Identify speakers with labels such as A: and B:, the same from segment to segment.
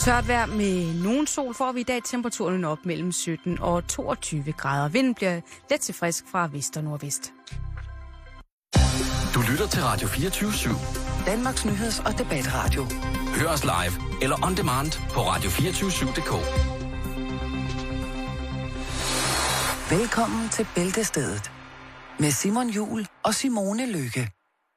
A: Tørt vejr med nogen sol får vi i dag temperaturen op mellem 17 og 22 grader. Vinden bliver let til frisk fra vest og nordvest.
B: Du lytter til Radio 24/7.
C: Danmarks nyheds- og debatradio.
B: Hør os live eller on demand på radio247.dk.
C: Velkommen til Bæltestedet med Simon Juhl og Simone Lykke.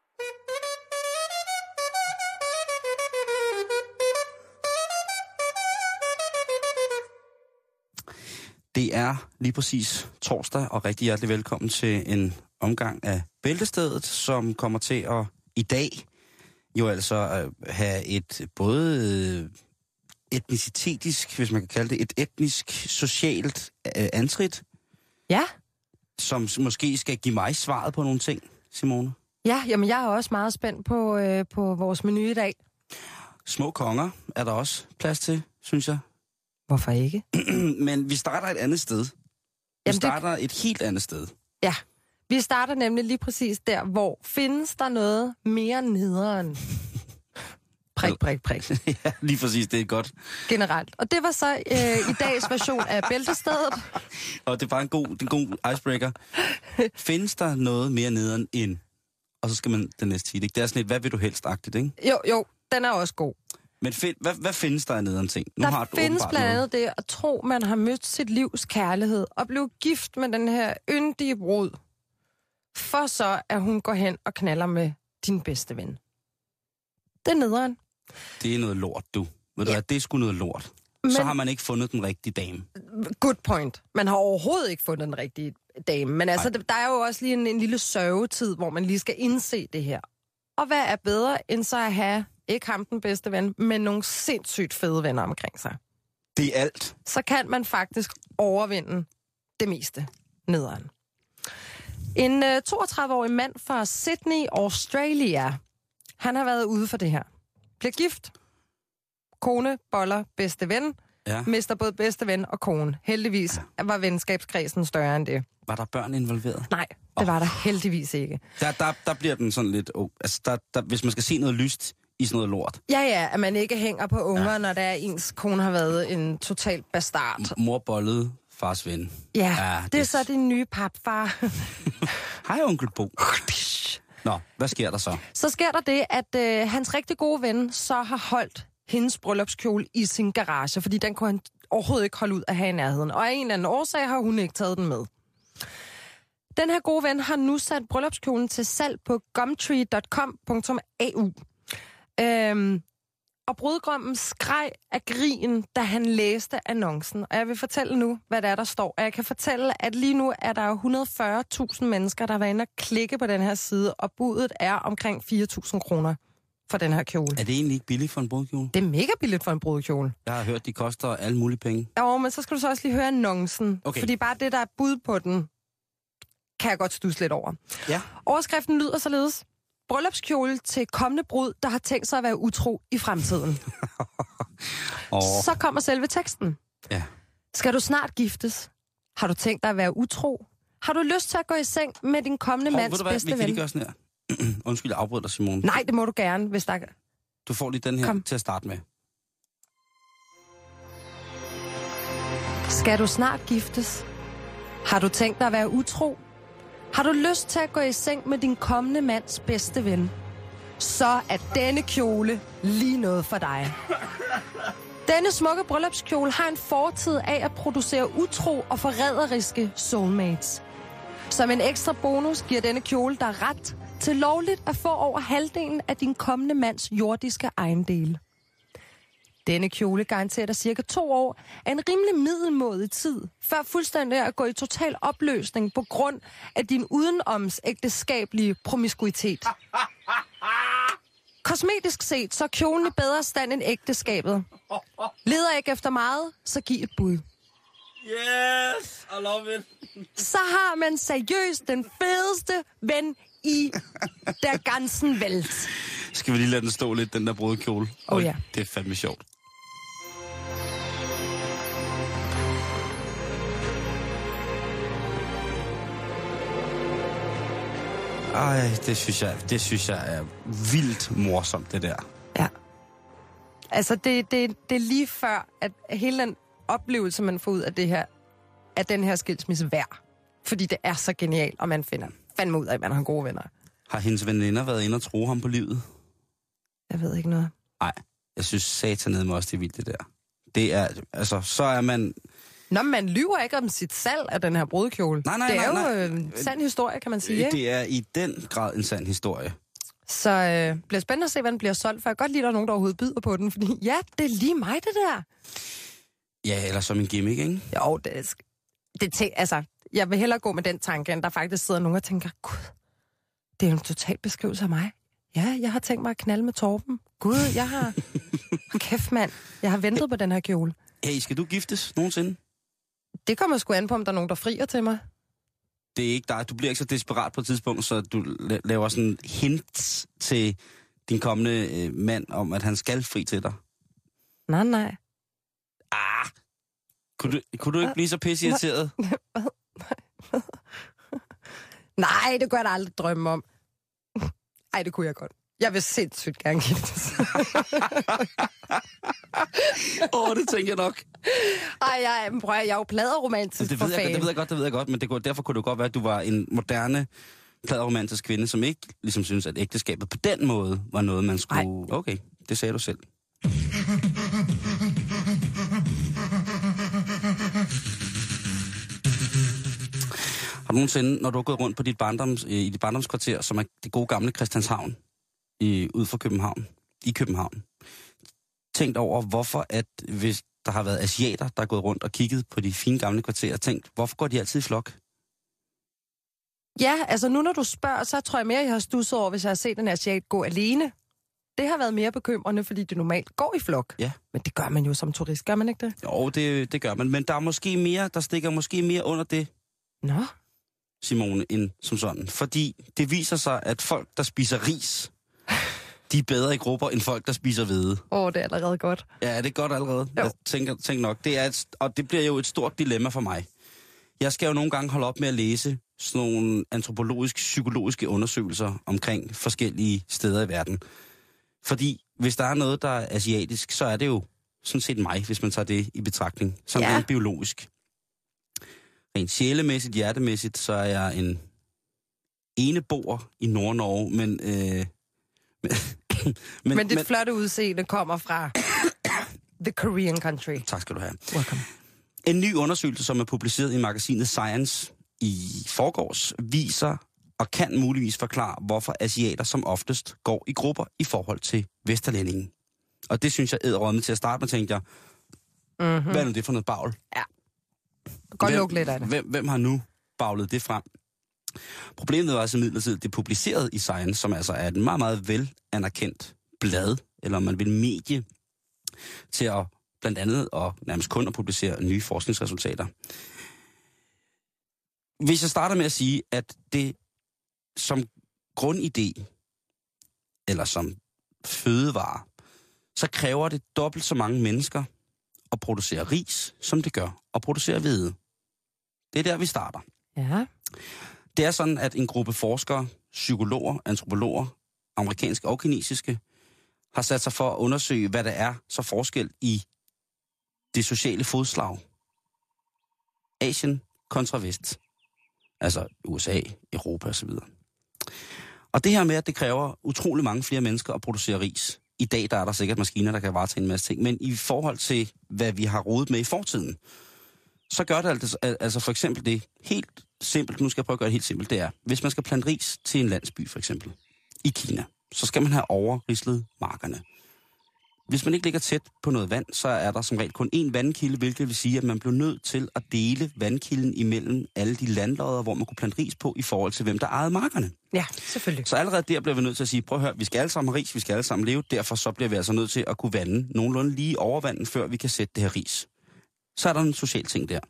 D: Det er lige præcis torsdag, og rigtig hjertelig velkommen til en omgang af Bæltestedet, som kommer til at i dag jo altså have et både etnicitetisk, hvis man kan kalde det, et etnisk, socialt antrit.
E: Ja.
D: Som måske skal give mig svaret på nogle ting, Simone.
E: Ja, jamen jeg er også meget spændt på vores menu i dag.
D: Små konger er der også plads til, synes jeg.
E: Hvorfor ikke?
D: Men vi starter et andet sted. Vi starter et helt andet sted.
E: Ja, vi starter nemlig lige præcis der, hvor findes der noget mere nederen. Prik.
D: Ja, lige præcis, det er godt.
E: Generelt. Og det var så i dags version af Bæltestedet.
D: Og det er bare en god icebreaker. Findes der noget mere nederen end... Og så skal man den næste sige det. Det er sådan et, hvad vil du helst-agtigt, ikke?
E: Jo, den er også god.
D: Men hvad findes der af nederen ting? Nu
E: der
D: har
E: findes blandt andet det at tro, man har mødt sit livs kærlighed og blev gift med den her yndige brud. For så, at hun går hen og knaller med din bedste ven. Det er nederen.
D: Det er noget lort, du. Ved du hvad, det er sgu noget lort. Men så har man ikke fundet den rigtige dame.
E: Good point. Man har overhovedet ikke fundet den rigtige dame. Men altså, der er jo også lige en lille sørgetid, hvor man lige skal indse det her. Og hvad er bedre, end så at have, ikke ham den bedste ven, men nogle sindssygt fede venner omkring sig?
D: Det er alt.
E: Så kan man faktisk overvinde det meste nederen. En 32-årig mand fra Sydney, Australia, han har været ude for det her. Bliver gift. Kone, boller, bedste ven.
D: Ja.
E: Mister både bedste ven og kone. Heldigvis var venskabskredsen større end det.
D: Var der børn involveret?
E: Nej, det var der heldigvis ikke.
D: Der bliver den sådan lidt... altså, hvis man skal se noget lyst i sådan noget lort.
E: Ja, at man ikke hænger på unger, når der er ens kone har været en total bastard.
D: Mor bollede fars ven.
E: Ja, det er så din nye papfar.
D: Hej, onkel Bo. Nå, hvad sker der så?
E: Så sker der det, at hans rigtig gode ven så har holdt hendes bryllupskjole i sin garage, fordi den kunne han overhovedet ikke holde ud at have i nærheden. Og af en eller anden årsag har hun ikke taget den med. Den her gode ven har nu sat bryllupskjolen til salg på gumtree.com.au. Og brudgommen skreg af grin, da han læste annoncen. Og jeg vil fortælle nu, hvad der står. Og jeg kan fortælle, at lige nu er der 140.000 mennesker, der har været inde og klikke på den her side, og budet er omkring 4.000 kroner for den her kjole.
D: Er det egentlig ikke billigt for en brudkjole?
E: Det er mega billigt for en brudkjole.
D: Jeg har hørt, de koster alle mulige penge.
E: Jo, men så skal du så også lige høre annoncen.
D: Okay.
E: Fordi bare det, der er bud på den, kan jeg godt studse lidt over.
D: Ja.
E: Overskriften lyder således: bryllupskjole til kommende brud, der har tænkt sig at være utro i fremtiden. Så kommer selve teksten.
D: Ja.
E: Skal du snart giftes? Har du tænkt dig at være utro? Har du lyst til at gå i seng med din kommende mands bedste ven?
D: Vi kan lige gøre sådan her. Undskyld, jeg afbryder dig, Simone.
E: Nej, det må du gerne, hvis der...
D: Du får lige den her til at starte med.
E: Skal du snart giftes? Har du tænkt dig at være utro? Har du lyst til at gå i seng med din kommende mands bedste ven? Så er denne kjole lige noget for dig. Denne smukke bryllupskjole har en fortid af at producere utro og forræderiske soulmates. Som en ekstra bonus giver denne kjole dig ret til lovligt at få over halvdelen af din kommende mands jordiske ejendele. Denne kjole garanterer dig cirka 2 år af en rimelig middelmådig tid, før fuldstændig at gå i total opløsning på grund af din udenomsægteskabelige promiskuitet. Kosmetisk set, så er kjolen i bedre stand end ægteskabet. Leder ikke efter meget, så giv et bud.
D: Yes, I love it.
E: Så har man seriøst den fedeste ven i der ganzen Welt.
D: Skal vi lige lade den stå lidt, den der brudekjole?
E: Ja.
D: Det er fandme sjovt. Ej, det synes jeg er vildt morsomt, det der.
E: Ja. Altså, det er lige før, at hele den oplevelse, man får ud af det her, er den her skilsmisse værd. Fordi det er så genialt, og man finder fandme ud af, at man har gode venner.
D: Har hendes veninder været inde og tro ham på livet?
E: Jeg ved ikke noget.
D: Nej, jeg synes satanede mig også, det er vildt, det der. Det er, altså, så er man...
E: Nå, man lyver ikke om sit salg af den her brudekjole.
D: Nej,
E: det er jo en sand historie, kan man sige, ikke?
D: Det er i den grad en sand historie.
E: Så bliver spændende at se, hvad den bliver solgt, for jeg kan godt lide, at der er nogen, der overhovedet byder på den, fordi ja, det er lige mig, det der.
D: Ja, eller som en gimmick, ikke?
E: Jo, altså, jeg vil hellere gå med den tanke, end der faktisk sidder nogen og tænker, gud, det er jo en total beskrivelse af mig. Ja, jeg har tænkt mig at knalde med Torben. Gud, jeg har... Kæft, mand. Jeg har ventet på den her kjole.
D: Hey, skal du giftes nogensinde?
E: Det kommer sgu an på, om der er nogen, der frier til mig.
D: Det er ikke dig. Du bliver ikke så desperat på et tidspunkt, så du laver sådan en hint til din kommende mand om, at han skal fri til dig.
E: Nej.
D: Kunne du ikke blive så pisseirriteret?
E: Nej, det kunne jeg da aldrig drømme om. Ej, det kunne jeg godt. Jeg vil sindssygt gerne giftes.
D: Det tænker jeg nok.
E: Ej, jeg er jo pladeromantisk for fan.
D: Det ved jeg godt, men derfor kunne det godt være, at du var en moderne pladeromantisk kvinde, som ikke ligesom synes, at ægteskabet på den måde var noget, man skulle... Ej. Okay, det sagde du selv. Har du nogensinde, når du har gået rundt på i dit barndomskvarter, som er det gode gamle Christianshavn, ud fra København, i København, tænkt over, hvorfor at hvis der har været asiater, der er gået rundt og kigget på de fine gamle kvarterer, tænkt, hvorfor går de altid i flok?
E: Ja, altså nu når du spørger, så tror jeg mere, jeg har stusset over, hvis jeg har set en asiat gå alene. Det har været mere bekymrende, fordi det normalt går i flok.
D: Ja.
E: Men det gør man jo som turist, gør man ikke det?
D: Jo, det gør man, men der stikker måske mere under det.
E: Nå?
D: Simone, end som sådan. Fordi det viser sig, at folk, der spiser ris, de er bedre i grupper, end folk, der spiser hvede.
E: Det er allerede godt.
D: Ja, det er godt allerede. Jo. Jeg tænker nok. Og det bliver jo et stort dilemma for mig. Jeg skal jo nogle gange holde op med at læse sådan nogle antropologisk-psykologiske undersøgelser omkring forskellige steder i verden. Fordi hvis der er noget, der er asiatisk, så er det jo sådan set mig, hvis man tager det i betragtning. Som rent biologisk. Rent sjælemæssigt, hjertemæssigt, så er jeg en eneboer i Nord-Norge, men
E: dit flotte udseende kommer fra the Korean country.
D: Tak skal du have.
E: Welcome.
D: En ny undersøgelse, som er publiceret i magasinet Science i forgårs, viser og kan muligvis forklare, hvorfor asiater som oftest går i grupper i forhold til vesterlændingen. Og det synes jeg æderrømme til at starte med, tænkte jeg. Mm-hmm. Hvad er nu det for noget bagl?
E: Ja. Godt lukke lidt af det.
D: Hvem har nu baglet det frem? Problemet var altså midlertidigt, det publiceret i Science, som altså er et meget, meget velanerkendt blad, eller om man vil medie, til at blandt andet og nærmest kun at publicere nye forskningsresultater. Hvis jeg starter med at sige, at det som grundidé, eller som fødevare, så kræver det dobbelt så mange mennesker at producere ris, som det gør at producere hvede. Det er der, vi starter.
E: Ja.
D: Det er sådan, at en gruppe forskere, psykologer, antropologer, amerikanske og kinesiske, har sat sig for at undersøge, hvad der er så forskel i det sociale fodslag. Asien kontra Vest. Altså USA, Europa osv. Og det her med, at det kræver utrolig mange flere mennesker at producere ris. I dag der er der sikkert maskiner, der kan varetage en masse ting, men i forhold til, hvad vi har rodet med i fortiden, så gør det altså for eksempel det helt simpelt, nu skal jeg prøve at gøre det helt simpelt, det er, hvis man skal plante ris til en landsby for eksempel, i Kina, så skal man have overrislet markerne. Hvis man ikke ligger tæt på noget vand, så er der som regel kun én vandkilde, hvilket vil sige, at man bliver nødt til at dele vandkilden imellem alle de landlodder, hvor man kunne plante ris på, i forhold til hvem der ejede markerne.
E: Ja, selvfølgelig.
D: Så allerede der bliver vi nødt til at sige, prøv at høre, vi skal alle sammen have ris, vi skal alle sammen leve, derfor så bliver vi altså nødt til at kunne vande nogenlunde lige over vandet, før vi kan sætte det her ris. Så er der en social ting der.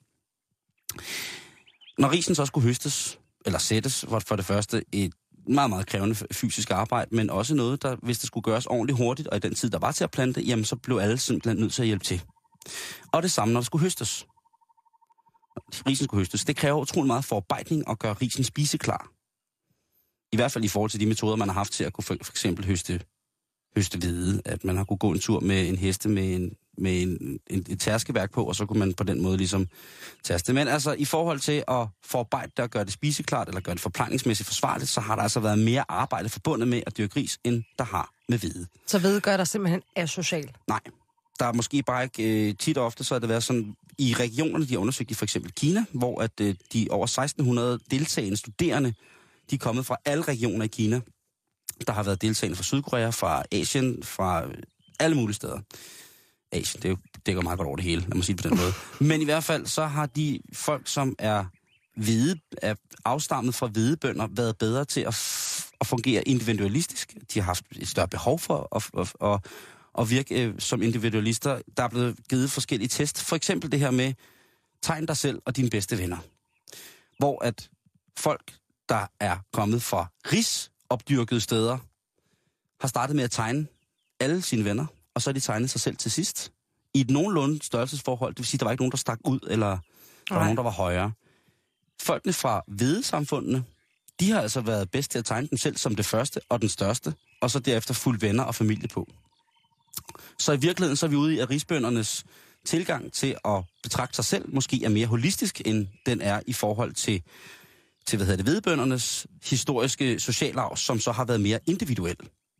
D: Når risen så skulle høstes, eller sættes, var for det første et meget, meget krævende fysisk arbejde, men også noget, der, hvis det skulle gøres ordentligt hurtigt, og i den tid, der var til at plante, jamen så blev alle simpelthen nødt til at hjælpe til. Og det samme, når det skulle høstes. Risen skulle høstes. Det kræver utrolig meget forarbejdning at gøre risen spiseklar. I hvert fald i forhold til de metoder, man har haft til at kunne for eksempel høste høste hvide, at man har kunne gå en tur med en heste med et tærskeværk på, og så kunne man på den måde ligesom tærske. Men altså i forhold til at forarbejde det og gøre det spiseklart, eller gøre det forplejningsmæssigt forsvarligt, så har der altså været mere arbejde forbundet med at dyrke ris, end der har med hvide.
E: Så hvide gør dig simpelthen asocial?
D: Nej. Der er måske bare ikke tit og ofte, så har det været sådan, i regionerne, de har undersøgt i for eksempel Kina, hvor at de over 1600 deltagende studerende, de er kommet fra alle regioner i Kina. Der har været deltagende fra Sydkorea, fra Asien, fra alle mulige steder. Asien, det dækker meget godt over det hele, lad mig sige det på den måde. Men i hvert fald, så har de folk, som er afstammet fra hvide bønder, været bedre til at fungere individualistisk. De har haft et større behov for at virke som individualister. Der er blevet givet forskellige test. For eksempel det her med, tegn dig selv og dine bedste venner. Hvor at folk, der er kommet fra risopdyrkede steder, har startet med at tegne alle sine venner, og så har de tegnet sig selv til sidst. I et nogenlunde størrelsesforhold, det vil sige, at der var ikke nogen, der stak ud, eller der var nogen, der var højere. Folkene fra hvide samfundene, de har altså været bedst til at tegne dem selv som det første og den største, og så derefter fuldt venner og familie på. Så i virkeligheden så er vi ude i, at risbøndernes tilgang til at betragte sig selv måske er mere holistisk, end den er i forhold til hvidebøndernes historiske socialarv, som så har været mere individuel.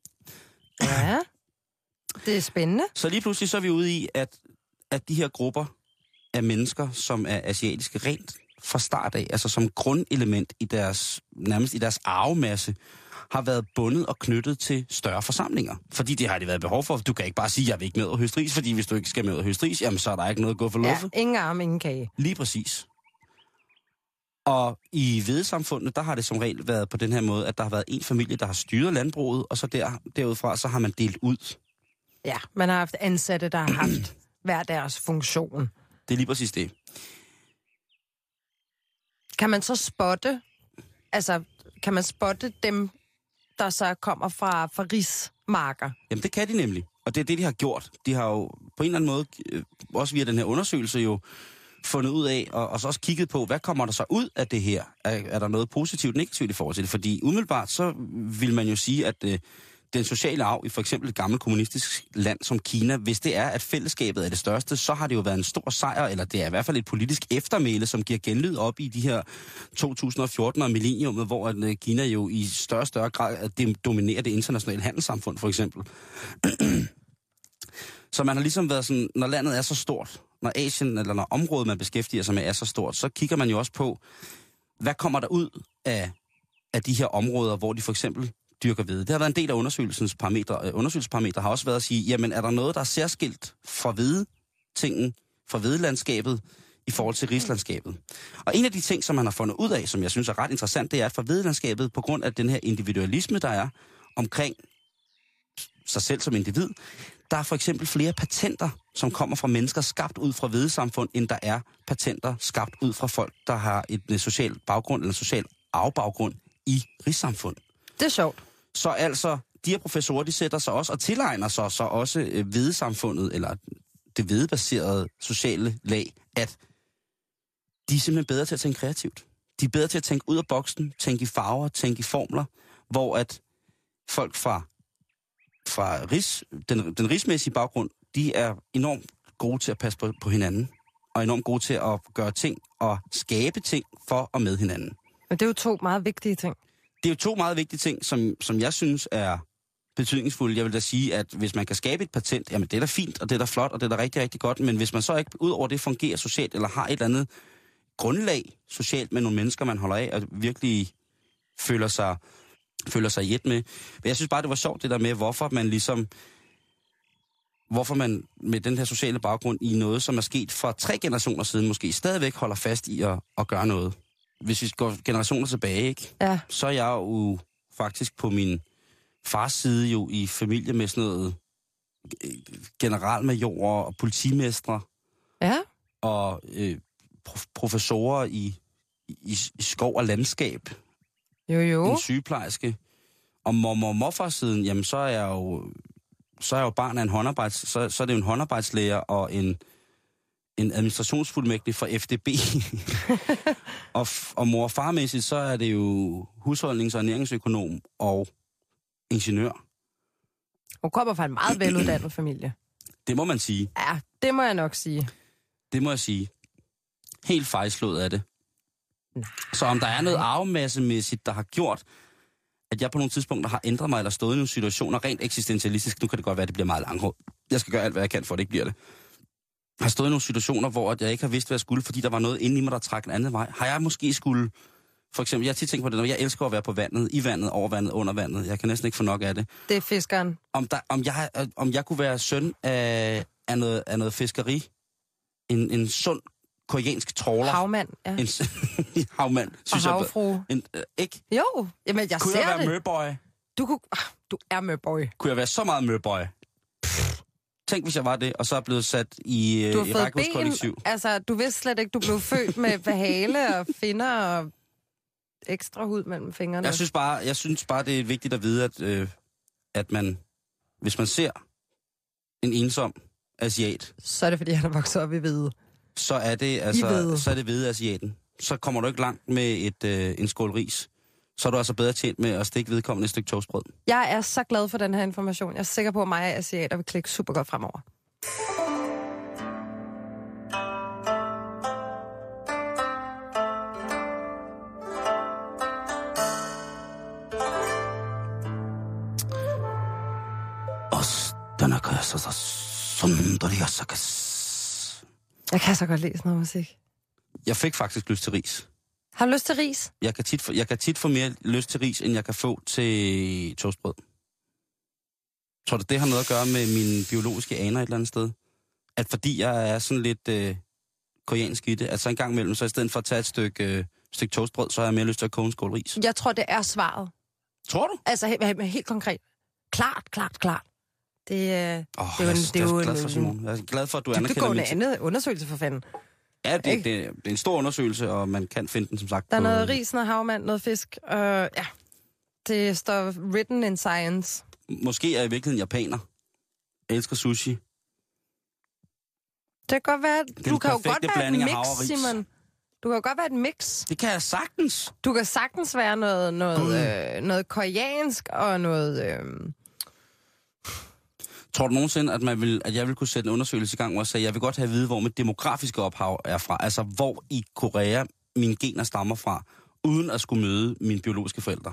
E: Ja, det er spændende.
D: Så lige pludselig så er vi ude i, at de her grupper af mennesker, som er asiatiske rent fra start af, altså som grundelement i nærmest i deres arvemasse, har været bundet og knyttet til større forsamlinger. Fordi det har de været behov for. Du kan ikke bare sige, at jeg vil ikke med at høste ris, fordi hvis du ikke skal med at høste ris, jamen så er der ikke noget at gå for luffet.
E: Ja, ingen arm, ingen kage.
D: Lige præcis. Og i hvedesamfundet, der har det som regel været på den her måde, at der har været en familie, der har styret landbruget, og så derudfra, så har man delt ud.
E: Ja, man har haft ansatte, der har haft hver deres funktion.
D: Det er lige præcis det.
E: Kan man så spotte dem, der så kommer fra rismarker?
D: Jamen det kan de nemlig, og det er det, de har gjort. De har jo på en eller anden måde, også via den her undersøgelse jo, fundet ud af, og så også kigget på, hvad kommer der så ud af det her? Er der noget positivt og negativt i forhold til det? Fordi umiddelbart, så vil man jo sige, at den sociale arv i for eksempel et gammelt kommunistisk land som Kina, hvis det er, at fællesskabet er det største, så har det jo været en stor sejr, eller det er i hvert fald et politisk eftermæle, som giver genlyd op i de her 2014 og millenniummet, hvor Kina jo i større og større grad dominerer det internationale handelssamfund, for eksempel. Så man har ligesom været sådan, når landet er så stort, når Asien, eller når området, man beskæftiger sig med, er så stort, så kigger man jo også på, hvad kommer der ud af de her områder, hvor de for eksempel dyrker hvede. Det har været en del af undersøgelsesparametre har også været at sige, jamen er der noget, der er særskilt fra hvedetingen, fra hvedelandskabet, i forhold til rislandskabet. Og en af de ting, som man har fundet ud af, som jeg synes er ret interessant, det er, at for hvedelandskabet, på grund af den her individualisme, der er omkring sig selv som individ, der er for eksempel flere patenter, som kommer fra mennesker skabt ud fra hvedesamfund, end der er patenter skabt ud fra folk, der har et social baggrund eller social arvebaggrund i rigssamfund.
E: Det er sjovt.
D: Så altså, de her professorer, de sætter sig også og tilegner sig så også hvedesamfundet, eller det hvedebaserede sociale lag, at de er simpelthen bedre til at tænke kreativt. De er bedre til at tænke ud af boksen, tænke i farver, tænke i formler, hvor at folk fra den rigsmæssige baggrund, de er enormt gode til at passe på hinanden, og enormt gode til at gøre ting og skabe ting for og med hinanden.
E: Men det er jo to meget vigtige ting.
D: Det er jo to meget vigtige ting, som jeg synes er betydningsfulde. Jeg vil da sige, at hvis man kan skabe et patent, jamen det er da fint, og det er da flot, og det er da rigtig, rigtig godt, men hvis man så ikke ud over det fungerer socialt, eller har et eller andet grundlag socialt med nogle mennesker, man holder af, og virkelig føler sig i et med. Men jeg synes bare, det var sjovt det der med, hvorfor man med den her sociale baggrund i noget, som er sket for 3 generationer siden, måske stadigvæk holder fast i at gøre noget. Hvis vi går generationer tilbage, ikke?
E: Ja.
D: Så er jeg jo faktisk på min fars side jo i familie med sådan noget generalmajorer og politimestre.
E: Ja.
D: Og professorer i skov og landskab.
E: Jo.
D: En sygeplejerske. Og morfars siden, jamen så er jeg jo barn af en så er det jo en håndarbejdslærer og en administrationsfuldmægtig for FDB. og mor- og farmæssigt, så er det jo husholdnings- og ernæringsøkonom og ingeniør.
E: Hun kommer fra en meget veluddannet familie.
D: Det må man sige.
E: Ja, det må jeg nok sige.
D: Det må jeg sige. Helt fejlslået af det.
E: Nej.
D: Så om der er noget arvemassemæssigt, der har gjort, at jeg på nogle tidspunkter har ændret mig, eller stået i nogle situationer rent eksistentialistisk, nu kan det godt være, at det bliver meget langhårdt. Jeg skal gøre alt, hvad jeg kan, for at det ikke bliver det. Jeg har stået i nogle situationer, hvor jeg ikke har vidst, hvad jeg skulle, fordi der var noget inde i mig, der trak en anden vej. Har jeg måske skulle... For eksempel, jeg har tit tænkt på det, når jeg elsker at være på vandet, i vandet, over vandet, under vandet. Jeg kan næsten ikke få nok af det.
E: Det er fiskeren.
D: Om jeg kunne være søn af noget fiskeri. En sund koreansk trawler.
E: Havmand, ja.
D: En havmand, synes
E: og havfrue.
D: Ikke?
E: Jo, jamen jeg
D: kunne
E: ser det.
D: Kunne jeg være mørboy?
E: Du er mørboy.
D: Kunne jeg være så meget mørboy? Tænk, hvis jeg var det, og så er blevet sat i Rækhus kollektiv.
E: Altså, du vidste slet ikke, du blev født med hale og finner og ekstra hud mellem fingrene.
D: Jeg synes bare, det er vigtigt at vide, at man, hvis man ser en ensom asiat...
E: Så er det, fordi han er vokset op i hvide.
D: Så er det hvide asiaten. Så kommer du ikke langt med en skål ris. Så er du altså bedre tjent med at stikke vedkommende et stykke toastbrød. Jeg
E: er så glad for den her information. Jeg er sikker på, at mig og asiater vil klikke super godt fremover. Jeg kan så godt lide sådan noget musik.
D: Jeg fik faktisk lyst til ris.
E: Har du lyst til ris?
D: Jeg kan tit få mere lyst til ris, end jeg kan få til toastbrød. Tror du, det har noget at gøre med mine biologiske aner et eller andet sted? At fordi jeg er sådan lidt koreansk i det, at så en gang imellem, så i stedet for at tage et stykke toastbrød, så har jeg mere lyst til at koge en skål ris.
E: Jeg tror, det er svaret.
D: Tror du?
E: Altså helt konkret. Klart. Det er jo
D: glad for, Simon. Jeg er glad for, at du anerkender
E: min... Det går en undersøgelse for fanden.
D: Ja, det er en stor undersøgelse, og man kan finde den, som sagt.
E: Der er noget ris, noget havmand, noget fisk. Ja, det står written in science.
D: Måske er jeg i virkeligheden japaner. Jeg elsker sushi.
E: Det kan godt være... Du kan jo godt være et mix, Simon. Du kan jo godt være et mix.
D: Det kan jeg sagtens.
E: Du kan sagtens være noget koreansk og noget...
D: Tror du nogensinde, at jeg vil kunne sætte en undersøgelse i gang, hvor jeg sagde, at jeg vil godt have at vide, hvor mit demografiske ophav er fra? Altså, hvor i Korea mine gener stammer fra, uden at skulle møde mine biologiske forældre?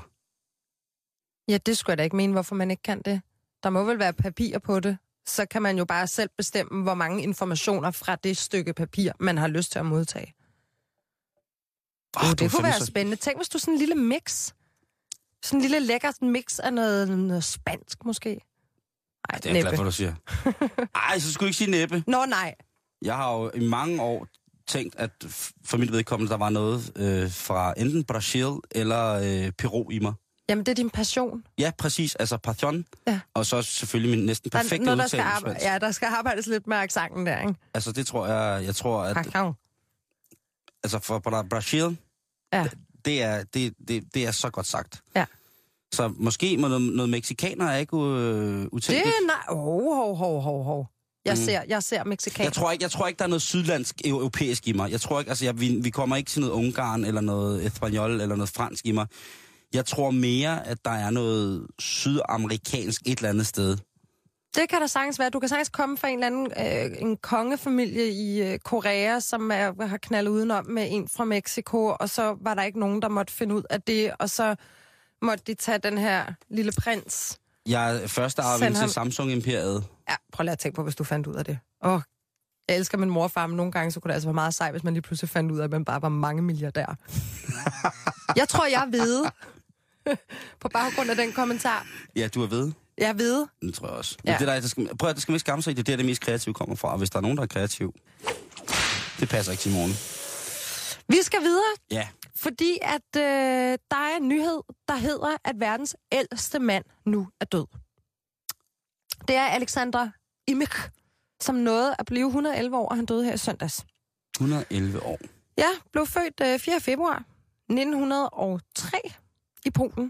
E: Ja, det skulle jeg da ikke mene, hvorfor man ikke kan det. Der må vel være papir på det. Så kan man jo bare selv bestemme, hvor mange informationer fra det stykke papir, man har lyst til at modtage. Det kunne være spændende. Tænk, hvis du sådan en lille mix. Sådan en lille lækkert mix af noget spansk, måske.
D: Ej, det er jeg glad for, du siger. Ej, så skulle du ikke sige næppe.
E: Nå, nej.
D: Jeg har jo i mange år tænkt, at for mit vedkommende, der var noget fra enten Brasil eller Peru i mig.
E: Jamen, det er din passion.
D: Ja, præcis. Altså passion. Ja. Og så selvfølgelig min næsten perfekte udtale.
E: Ja, der skal arbejdes lidt med accenten der, ikke?
D: Altså, det tror jeg tror, at...
E: Passion.
D: Altså, for Brasil,
E: ja.
D: Det er så godt sagt.
E: Ja.
D: Så måske noget mexikaner er ikke utænkeligt.
E: Det er nej. Jeg ser mexikaner.
D: Jeg tror ikke, der er noget sydlandsk europæisk i mig. Jeg tror ikke, altså vi kommer ikke til noget Ungarn eller noget espanol eller noget fransk i mig. Jeg tror mere, at der er noget sydamerikansk et eller andet sted.
E: Det kan der sagtens være. Du kan sagtens komme fra en eller anden en kongefamilie i Korea, som har knaldet udenom med en fra Mexico, og så var der ikke nogen, der måtte finde ud af det, og så måtte de tage den her lille prins.
D: Jeg er første arving til Samsung-imperiet.
E: Ja, prøv lige at tænke på, hvis du fandt ud af det. Jeg elsker min mor og far, men nogle gange så kunne det altså være meget sejt, hvis man lige pludselig fandt ud af, at man bare var mange milliardær. Jeg tror, jeg ved. På baggrund af den kommentar.
D: Ja, du er ved.
E: Jeg ved.
D: Det tror jeg også. Ja. Det skal man ikke skamme sig i. Det er det mest kreative kommer fra. Og hvis der er nogen, der er kreativ, det passer ikke til i morgen.
E: Vi skal videre.
D: Ja.
E: Fordi at der er en nyhed, der hedder, at verdens ældste mand nu er død. Det er Alexander Imik, som nåede at blive 111 år, og han døde her i søndags.
D: 111 år?
E: Ja, blev født 4. februar 1903 i Polen.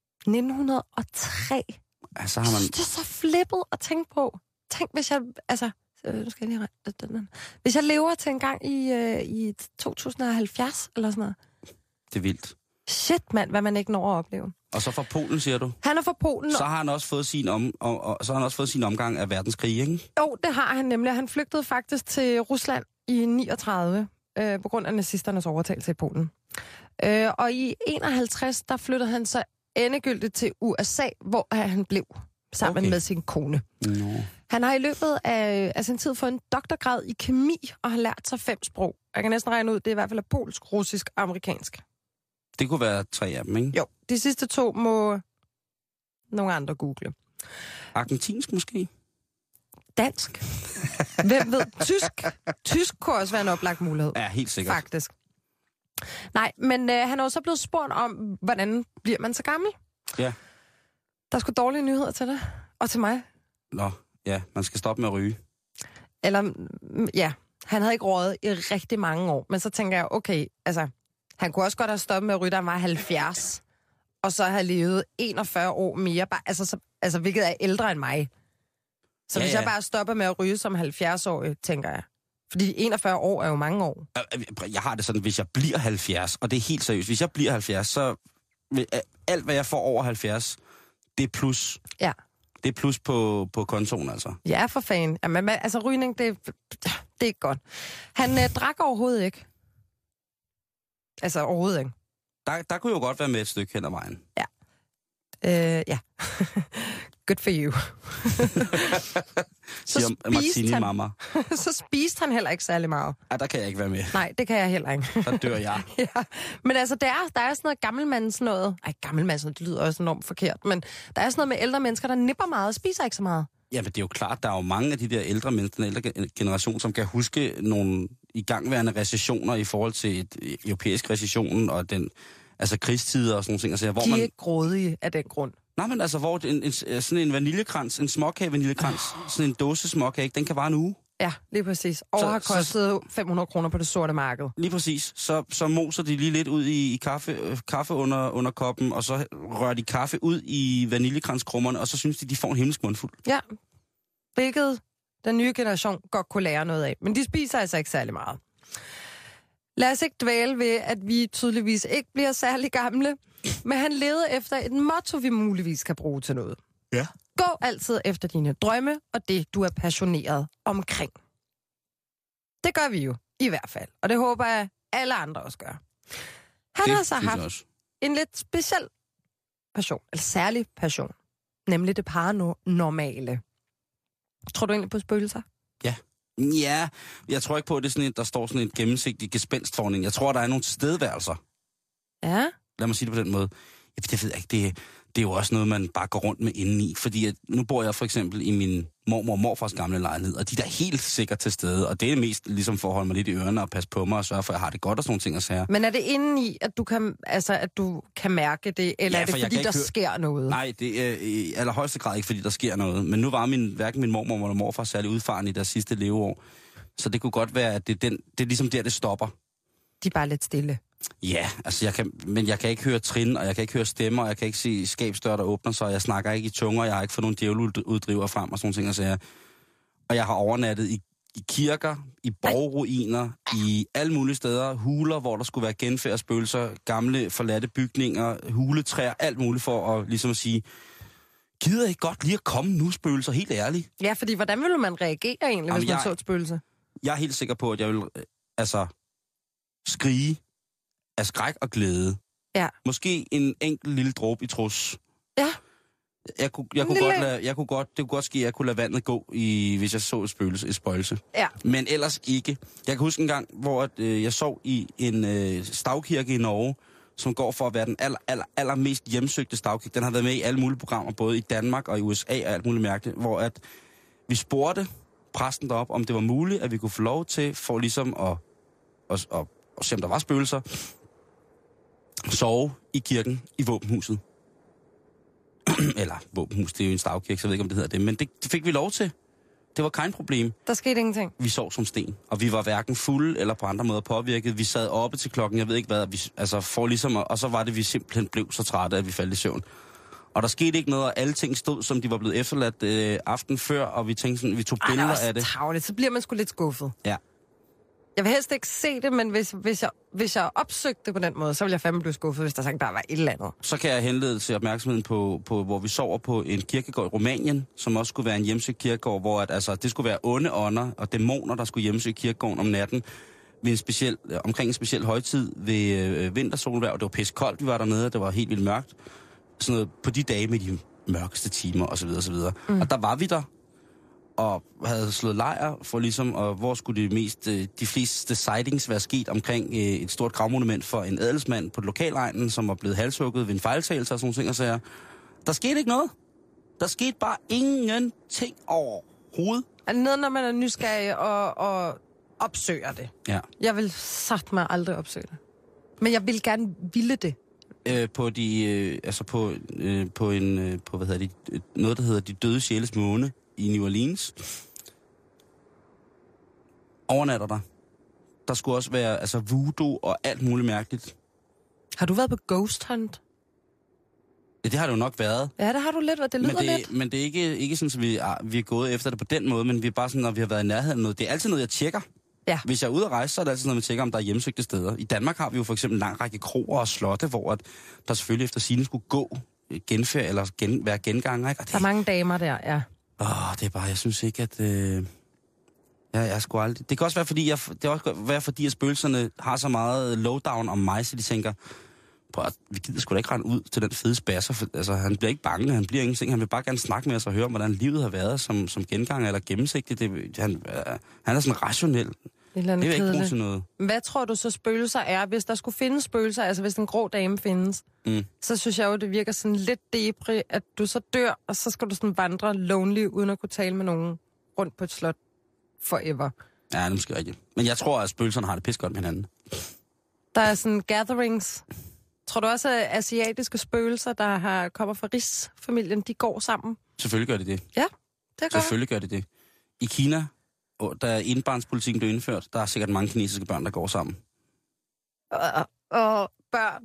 E: 1903.
D: Altså har man...
E: Det er så flippet at tænke på. Tænk, hvis jeg... Altså, nu skal jeg lige hvis jeg lever til en gang i 2070, eller sådan noget.
D: Det er vildt.
E: Shit, mand, hvad man ikke når at opleve.
D: Og så fra Polen, siger du?
E: Han er fra Polen.
D: Så har han også fået sin omgang af verdenskrig, ikke?
E: Jo, det har han nemlig. Han flygtede faktisk til Rusland i 39 på grund af nazisternes overtagelse i Polen. Og i 51, der flyttede han så endegyldigt til USA, hvor han blev sammen med sin kone.
D: No.
E: Han har i løbet af sin tid fået en doktorgrad i kemi og har lært sig 5 sprog. Jeg kan næsten regne ud, det er i hvert fald polsk, russisk og amerikansk.
D: Det kunne være 3 af dem, ikke?
E: Jo, de sidste 2 må nogle andre google.
D: Argentinsk måske?
E: Dansk. Hvem ved? Tysk. Tysk kunne også være en oplagt mulighed.
D: Ja, helt sikkert.
E: Faktisk. Nej, men han er jo så blevet spurgt om, hvordan bliver man så gammel?
D: Ja.
E: Der er sgu dårlige nyheder til dig. Og til mig.
D: Nå, ja, man skal stoppe med at ryge.
E: Eller, ja, han havde ikke røget i rigtig mange år. Men så tænker jeg, okay, altså, han kunne også godt have stoppet med at ryge, da han var 70. Og så have levet 41 år mere. Altså, hvilket er ældre end mig. Så hvis jeg bare stopper med at ryge som 70-årig, tænker jeg. Fordi 41 år er jo mange år.
D: Jeg har det sådan, hvis jeg bliver 70, og det er helt seriøst, hvis jeg bliver 70, så alt, hvad jeg får over 70, det er plus.
E: Ja.
D: Det er plus på kontoen, altså.
E: Ja, for fanden. Jamen, altså, rygning, det er ikke godt. Han drak overhovedet ikke. Altså, overhovedet ikke.
D: Der kunne jo godt være med et stykke hen ad vejen.
E: Ja. Ja. Good for you.
D: Så Martini mamma.
E: Så spiste han heller ikke særlig meget.
D: Ja, der kan jeg ikke være med.
E: Nej, det kan jeg heller ikke.
D: Der dør jeg.
E: Ja. Men altså, der er sådan noget gammelmands noget. Ej, gammelmands, det lyder også enormt forkert. Men der er sådan noget med ældre mennesker, der nipper meget og spiser ikke så meget. Ja,
D: men det er jo klart, der er jo mange af de der ældre mennesker, den ældre generation, som kan huske nogle igangværende recessioner i forhold til et europæisk recession og den, altså krigstider og sådan nogle ting. Altså, hvor
E: de er ikke grådige af den grund.
D: Nej, men altså, hvor sådan en vaniljekrans, en småkage-vaniljekrans, sådan en dåse småkage, den kan vare en uge.
E: Ja, lige præcis. Og har kostet 500 kroner på det sorte marked.
D: Lige præcis. Så moser de lige lidt ud i kaffe under koppen, og så rører de kaffe ud i vaniljekranskrummerne, og så synes de får en himmelsk mundfuld.
E: Ja, hvilket den nye generation godt kunne lære noget af. Men de spiser altså ikke særlig meget. Lad os ikke dvæle ved, at vi tydeligvis ikke bliver særlig gamle, men han levede efter et motto, vi muligvis kan bruge til noget.
D: Ja.
E: Gå altid efter dine drømme og det, du er passioneret omkring. Det gør vi jo, i hvert fald. Og det håber jeg, alle andre også gør. Han har så haft en lidt speciel passion, eller særlig passion, nemlig det paranormale. Tror du egentlig på spøgelser?
D: Ja. Ja, jeg tror ikke på, at det er sådan der står sådan en gennemsigtig gespenst foran en. Jeg tror, der er nogle tilstedeværelser.
E: Ja?
D: Lad mig sige det på den måde. Det ved jeg ikke, det er jo også noget, man bare går rundt med indeni. Fordi nu bor jeg for eksempel i min mormor og morfars gamle lejlighed, og de der er helt sikkert til stede. Og det er mest ligesom for at holde mig lidt i ørerne og passe på mig og sørge for, at jeg har det godt og sådan nogle ting at sige.
E: Men er det indeni, at du kan mærke det, eller er det fordi, der sker noget?
D: Nej, det er i allerhøjeste grad ikke, fordi der sker noget. Men nu var hverken min mormor eller morfar særlig udfaren i deres sidste leveår. Så det kunne godt være, at det er ligesom der, det stopper.
E: De er bare lidt stille.
D: Ja, altså jeg kan ikke høre trin, og jeg kan ikke høre stemmer, og jeg kan ikke se skabsdøre, der åbner sig, og jeg snakker ikke i tunger, jeg har ikke fået nogen djævleuddriver frem og sådan nogle ting, og sager. Og jeg har overnattet i kirker, i borgruiner, i alle mulige steder, huler, hvor der skulle være genfærd, spøgelser, gamle forladte bygninger, huletræer, alt muligt for at ligesom at sige, gider I godt lige at komme nu, spøgelser, helt ærligt?
E: Ja, fordi hvordan ville man reagere egentlig, hvis man så et spøgelse?
D: Jeg er helt sikker på, at jeg vil skrige af skræk og glæde.
E: Ja.
D: Måske en enkelt lille dråbe i trus.
E: Ja.
D: Det kunne godt ske, at jeg kunne lade vandet gå, hvis jeg så et spøgelse.
E: Ja.
D: Men ellers ikke. Jeg kan huske en gang, hvor jeg sov i en stavkirke i Norge, som går for at være den allermest hjemsøgte stavkirke. Den har været med i alle mulige programmer, både i Danmark og i USA og alt muligt mærkeligt, hvor at vi spurgte præsten derop, om det var muligt, at vi kunne få lov til, for ligesom at se, om der var spøgelser, sove i kirken i våbenhuset. Eller våbenhus, det er jo en stavkirke, så jeg ved ikke, om det hedder det. Men det fik vi lov til. Det var kein problem.
E: Der skete ingenting.
D: Vi sov som sten, og vi var hverken fulde eller på andre måder påvirket. Vi sad oppe til klokken, jeg ved ikke hvad, for ligesom, og så var det, vi simpelthen blev så trætte, at vi faldt i søvn. Og der skete ikke noget, og alle ting stod, som de var blevet efterladt aften før, og vi tænkte sådan, vi tog billeder af det.
E: Travligt. Så bliver man sgu lidt skuffet.
D: Ja.
E: Jeg vil helst ikke se det, men hvis jeg opsøgte det på den måde, så ville jeg fandme blive skuffet, hvis der sagt, der var et eller andet.
D: Så kan jeg henlede til opmærksomheden på, hvor vi sover på en kirkegård i Rumænien, som også skulle være en hjemsøgt kirkegård, hvor det skulle være onde ånder og dæmoner, der skulle hjemsøge kirkegården om natten ved omkring en speciel højtid ved vintersolvejr, og det var pissekoldt, vi var dernede, og det var helt vildt mørkt. Sådan noget på de dage med de mørkeste timer, osv. osv. Og der var vi der, og havde slået lejr for ligesom, og hvor skulle de fleste sightings være sket omkring et stort gravmonument for en adelsmand på lokalegnen, som var blevet halshugget ved en fejltagelse og sådan nogle ting, og så der skete ikke noget. Der skete bare ingenting overhovedet.
E: Altså noget, når man er nysgerrig og opsøger det.
D: Ja.
E: Jeg vil sagt mig aldrig opsøge det. Men jeg vil gerne ville det.
D: På noget, der hedder De Døde Sjæles Måne i New Orleans. Overnatter der. Der skulle også være voodoo og alt muligt mærkeligt.
E: Har du været på Ghost Hunt?
D: Ja, det har det jo nok været.
E: Ja, det har du lidt, og det lyder lidt.
D: Men det er ikke sådan, at vi er gået efter det på den måde, men vi er bare sådan, når vi har været i nærheden af noget. Det er altid noget, jeg tjekker. Ja. Hvis jeg er ude at rejse, så er det altid noget, man tjekker, om der er hjemsøgte steder. I Danmark har vi jo for eksempel en lang række kroer og slotte, hvor der selvfølgelig efter sigende skulle gå genfærd eller være genganger. Ikke?
E: Der er mange damer der, ja.
D: Det er bare, jeg synes ikke, at... jeg skulle aldrig... Det kan også være, fordi at spøgelserne har så meget lowdown om mig, så de tænker, vi gider sgu da ikke rende ud til den fede spasser. Han bliver ikke bange, han bliver ingenting. Han vil bare gerne snakke med os og høre, hvordan livet har været som genganger eller gennemsigtigt. Han er sådan rationel. Det vil ikke bruge til noget.
E: Hvad tror du så spøgelser er? Hvis der skulle findes spøgelser, altså hvis en grå dame findes, så synes jeg jo, det virker sådan lidt depri, at du så dør, og så skal du sådan vandre lonely, uden at kunne tale med nogen rundt på et slot forever.
D: Ja, det er måske rigtigt. Men jeg tror, at spøgelserne har det pis godt med hinanden.
E: Der er sådan gatherings. Tror du også, at asiatiske spøgelser, der kommer fra rigsfamilien, de går sammen?
D: Selvfølgelig gør de det.
E: Ja, det gør
D: Selvfølgelig gør de det. I Kina, da indbarnspolitikken blev indført, der er sikkert mange kinesiske børn, der går sammen.
E: Og børn.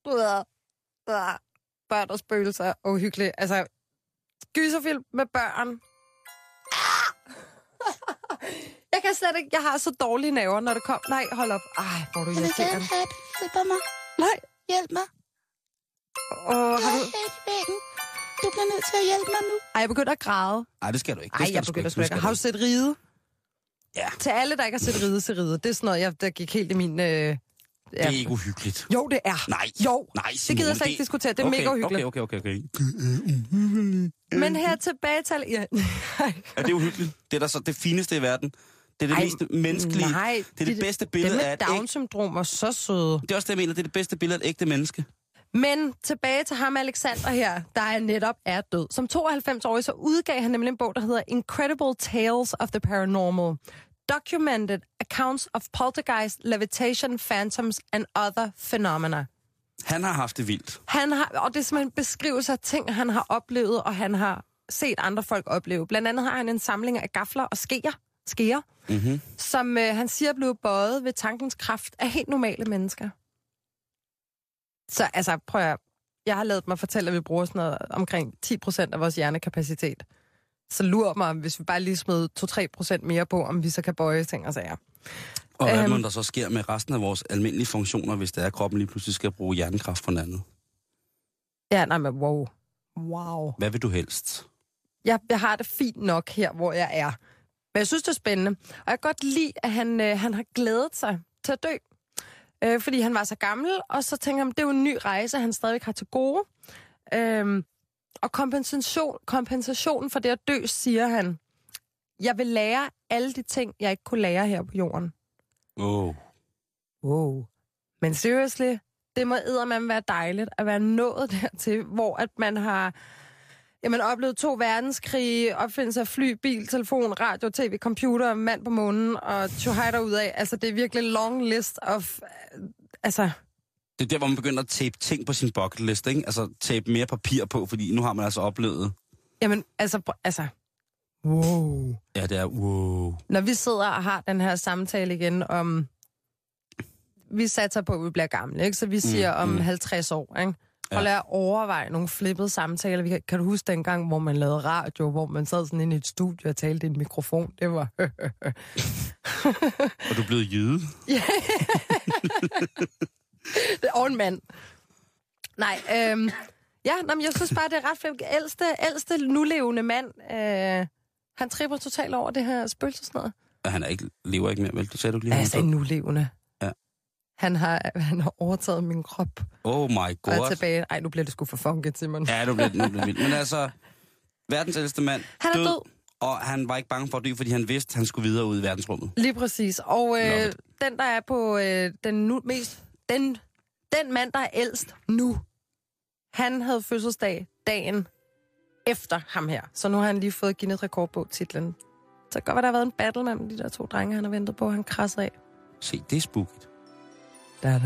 E: Børn og spøgelser. Uhyggeligt. Altså, gyserfilm med børn. Jeg kan slet ikke. Jeg har så dårlige nerver, når det kommer. Nej, hold op. Hvor er du irriterende.
F: Hjælp mig.
E: Nej.
F: Hjælp mig.
E: Har du...
F: Du bliver nødt til at hjælpe mig nu.
E: Jeg begynder at græde.
D: Nej, det skal du ikke.
E: Jeg begynder at spække. Har du set Ride?
D: Ja.
E: Til alle, der ikke har set Ride, se Ride. Det er sådan noget, der gik helt i min...
D: Det er ikke uhyggeligt.
E: Jo, det er.
D: Nej.
E: Jo.
D: Nej, Simone,
E: det gider jeg slet ikke diskutere. Det er mega uhyggeligt.
D: Okay.
E: Men her tilbage til... Ja.
D: Er det uhyggeligt? Det er det fineste i verden. Det er det mest menneskelige.
E: Nej,
D: det er det bedste billede af...
E: Det med Down-syndrom er så søde.
D: Det er også det, jeg mener. Det er det bedste billede af et ægte menneske.
E: Men tilbage til ham, Alexander her, der netop er død. Som 92-årig så udgav han nemlig en bog, der hedder Incredible Tales of the Paranormal. Documented accounts of poltergeist, levitation, phantoms and other phenomena.
D: Han har haft det vildt.
E: Og det er simpelthen en beskrivelse af ting, han har oplevet, og han har set andre folk opleve. Blandt andet har han en samling af gafler og skeer, som han siger blev bøjet ved tankens kraft af helt normale mennesker. Så altså, prøv at... Jeg har lavet mig fortælle, at vi bruger sådan noget omkring 10% af vores hjernekapacitet. Så lurer mig, hvis vi bare lige smed 2-3% mere på, om vi så kan bøje ting og sager.
D: Og hvad må der så sker med resten af vores almindelige funktioner, hvis det er, at kroppen lige pludselig skal bruge hjernekraft for noget andet? Ja,
E: nej, men wow.
D: Hvad vil du helst?
E: Jeg har det fint nok her, hvor jeg er. Men jeg synes, det er spændende. Og jeg kan godt lide, at han har glædet sig til at dø. Fordi han var så gammel, og så tænker han, det er jo en ny rejse, han stadig har til gode. Og kompensationen for det at dø, siger han, jeg vil lære alle de ting, jeg ikke kunne lære her på jorden. Wow. Men seriously, det må eddermame være dejligt at være nået dertil, hvor at man har oplevet 2 verdenskrige, opfindelse af fly, bil, telefon, radio, tv, computer, mand på månen og tjohej derudad. Altså, det er virkelig en long list of... Altså...
D: Det er der, hvor man begynder at tape ting på sin bucket list, ikke? Altså, tape mere papir på, fordi nu har man altså oplevet...
E: Jamen, altså... Wow.
D: Ja, det er wow.
E: Når vi sidder og har den her samtale igen om... Vi satser på, at vi bliver gamle, ikke? Så vi siger om 50 år, ikke? Prøv at overveje nogle flippede samtaler. Kan du huske dengang, hvor man lavede radio, hvor man sad sådan inde i et studie og talte i en mikrofon? Det var...
D: Og du er blevet jyde?
E: Ja. Og en mand. Nej, jeg synes bare, det er ret fedt. Ældste nulevende mand, han tripper totalt over det her spøgelsesnød.
D: Han lever ikke mere, vel? Du sagde, du lige
E: altså nulevende.
D: Ja.
E: Han har overtaget min krop.
D: Oh my god.
E: Og tilbage. Ej, nu bliver det sgu for funky, Simon.
D: Ja, nu bliver det vildt. Men altså, verdens ældste mand
E: han er død.
D: Og han var ikke bange for at dø, fordi han vidste, at han skulle videre ud i verdensrummet.
E: Lige præcis. Og den, der er på den mand, der er ældst nu, han havde fødselsdag dagen efter ham her. Så nu har han lige fået Guinness rekordbog-titlen. Så det kan godt være, der har været en battle mellem de der to drenge, han har ventet på, han krasser af.
D: Se, det er spooket.
E: Da.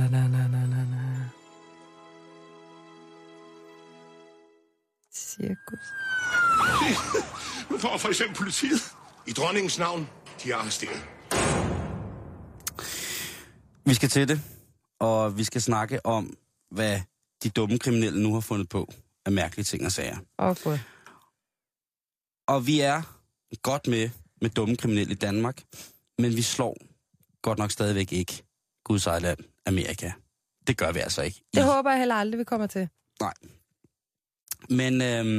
E: Cirkus.
G: Nu får for eksempel politiet. I dronningens navn, de er arresteret.
D: Vi skal til det, og vi skal snakke om, hvad de dumme kriminelle nu har fundet på af mærkelige ting og sager.
E: Okay.
D: Og vi er godt med dumme kriminelle i Danmark, men vi slår godt nok stadigvæk ikke Guds eget land, Amerika. Det gør vi altså ikke.
E: Det håber jeg heller aldrig, vi kommer til.
D: Nej. Men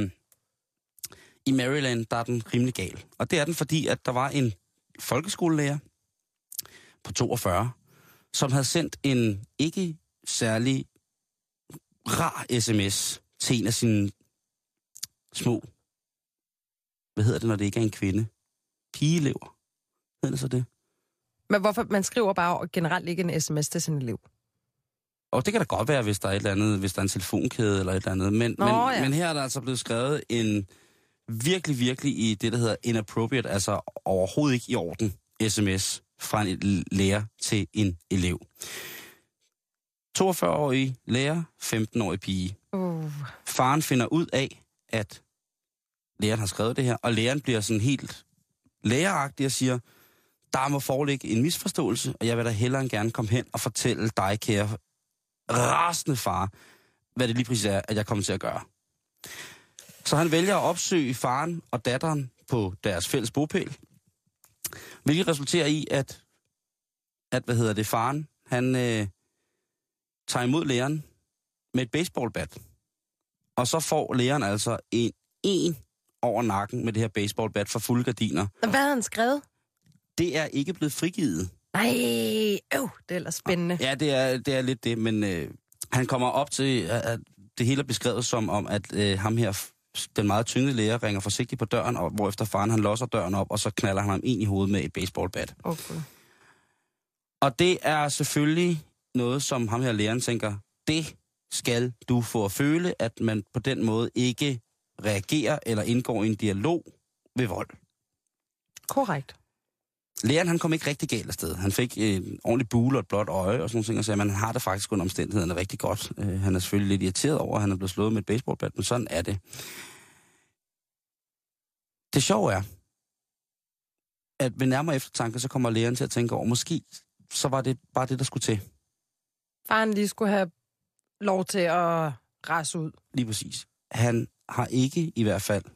D: i Maryland, der er den rimelig gal. Og det er den, fordi at der var en folkeskolelærer på 42, som havde sendt en ikke særlig rar sms til en af sine små, hvad hedder det, når det ikke er en kvinde? Pigeelever. Hedder det så det?
E: Men hvorfor? Man skriver bare generelt ikke en sms til sin elev.
D: Og det kan da godt være, hvis der er et eller andet, hvis der er en telefonkæde eller et eller andet. Men her er der altså blevet skrevet en virkelig i det, der hedder inappropriate, altså overhovedet ikke i orden, sms fra en lærer til en elev. 42-årig lærer, 15-årig pige. Faren finder ud af, at læreren har skrevet det her, og læreren bliver sådan helt læreragtig og siger, der må foreligge en misforståelse, og jeg vil da hellere end gerne komme hen og fortælle dig, kære rasende far, hvad det lige præcis er, at jeg kommer til at gøre. Så han vælger at opsøge faren og datteren på deres fælles bopæl, hvilket resulterer i, at faren, han tager imod læreren med et baseballbat. Og så får læreren altså en over nakken med det her baseballbat for fulde gardiner.
E: Hvad har han skrevet?
D: Det er ikke blevet frigivet.
E: Nej, det er ellers spændende.
D: Ja, det er lidt det, men han kommer op til, at det hele er beskrevet som om, at ham her, den meget tyngede lærer, ringer forsigtigt på døren, og hvorefter faren han låser døren op, og så knalder han ham ind i hovedet med et baseballbat.
E: Okay.
D: Og det er selvfølgelig noget, som ham her læreren tænker, det skal du få at føle, at man på den måde ikke reagerer eller indgår i en dialog ved vold.
E: Korrekt.
D: Læreren, han kom ikke rigtig galt afsted. Han fik en ordentlig bule og et blåt øje og sådan nogle ting, og sagde, man har det faktisk under omstændighederne rigtig godt. Han er selvfølgelig lidt irriteret over, at han er blevet slået med et baseballbat, men sådan er det. Det sjove er, at ved nærmere eftertanke, så kommer læreren til at tænke over, måske så var det bare det, der skulle til.
E: Faren lige skulle have lov til at rase ud.
D: Lige præcis. Han har ikke i hvert fald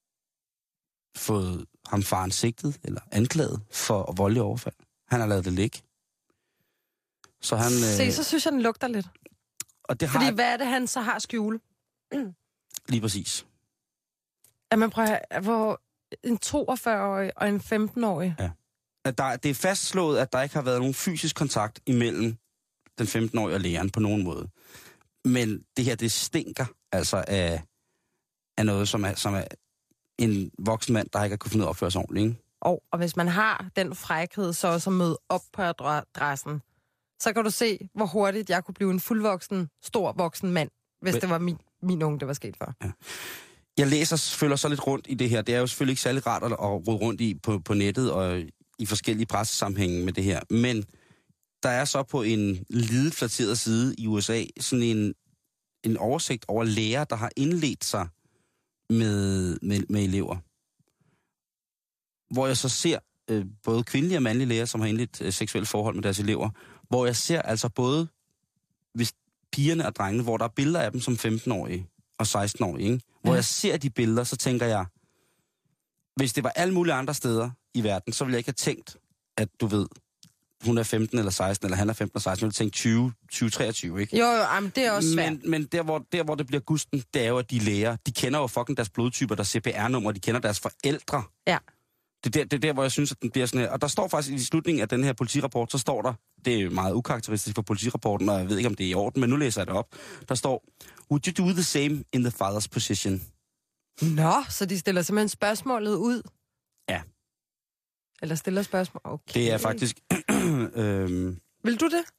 D: fået ham faren sigtet eller anklaget for voldelig overfald. Han har lavet det ligge. Så han...
E: Så synes jeg, den lugter lidt.
D: Og det
E: fordi
D: har...
E: hvad er det, han så har skjule?
D: Lige præcis.
E: At man prøver, hvor en 42-årig og en 15-årig...
D: Ja. At det er fastslået, at der ikke har været nogen fysisk kontakt imellem den 15-årige og læreren på nogen måde. Men det her, det stinker altså af noget, som er en voksen mand, der ikke har kunnet finde ud af at opføre sig ordentligt, ikke?
E: Og hvis man har den frækhed så også at møde op på adressen, så kan du se, hvor hurtigt jeg kunne blive en fuldvoksen, stor voksen mand, hvis det var min unge, det var sket for. Ja.
D: Jeg følger så lidt rundt i det her. Det er jo selvfølgelig ikke særlig rart at rode rundt i på nettet og i forskellige pressesammenhænge med det her. Men der er så på en lidet flatteret side i USA sådan en oversigt over lærere, der har indledt sig med elever. Hvor jeg så ser både kvindelige og mandlige lærere, som har indledt seksuelle forhold med deres elever. Hvor jeg ser altså både, hvis pigerne og drengene, hvor der er billeder af dem som 15-årige og 16-årige, ikke? Hvor jeg ser de billeder, så tænker jeg, hvis det var alle mulige andre steder i verden, så ville jeg ikke have tænkt, at du ved, hun er 15 eller 16, eller han er 15 eller 16, jeg ville tænke 2023, ikke?
E: Jo, men det er også svært.
D: Men der, hvor det bliver gusten, det er jo, at de læger, de kender jo fucking deres blodtyper, deres CPR-nummer, de kender deres forældre.
E: Ja.
D: Det er der, hvor jeg synes, at den bliver sådan her. Og der står faktisk i slutningen af den her politirapport, så står der, det er meget ukarakteristisk for politirapporten, og jeg ved ikke, om det er i orden, men nu læser jeg det op. Der står, would you do the same in the father's position?
E: Nå, så de stiller simpelthen spørgsmålet ud?
D: Ja.
E: Eller stiller spørgsmål? Okay.
D: Det er faktisk...
E: Vil du det?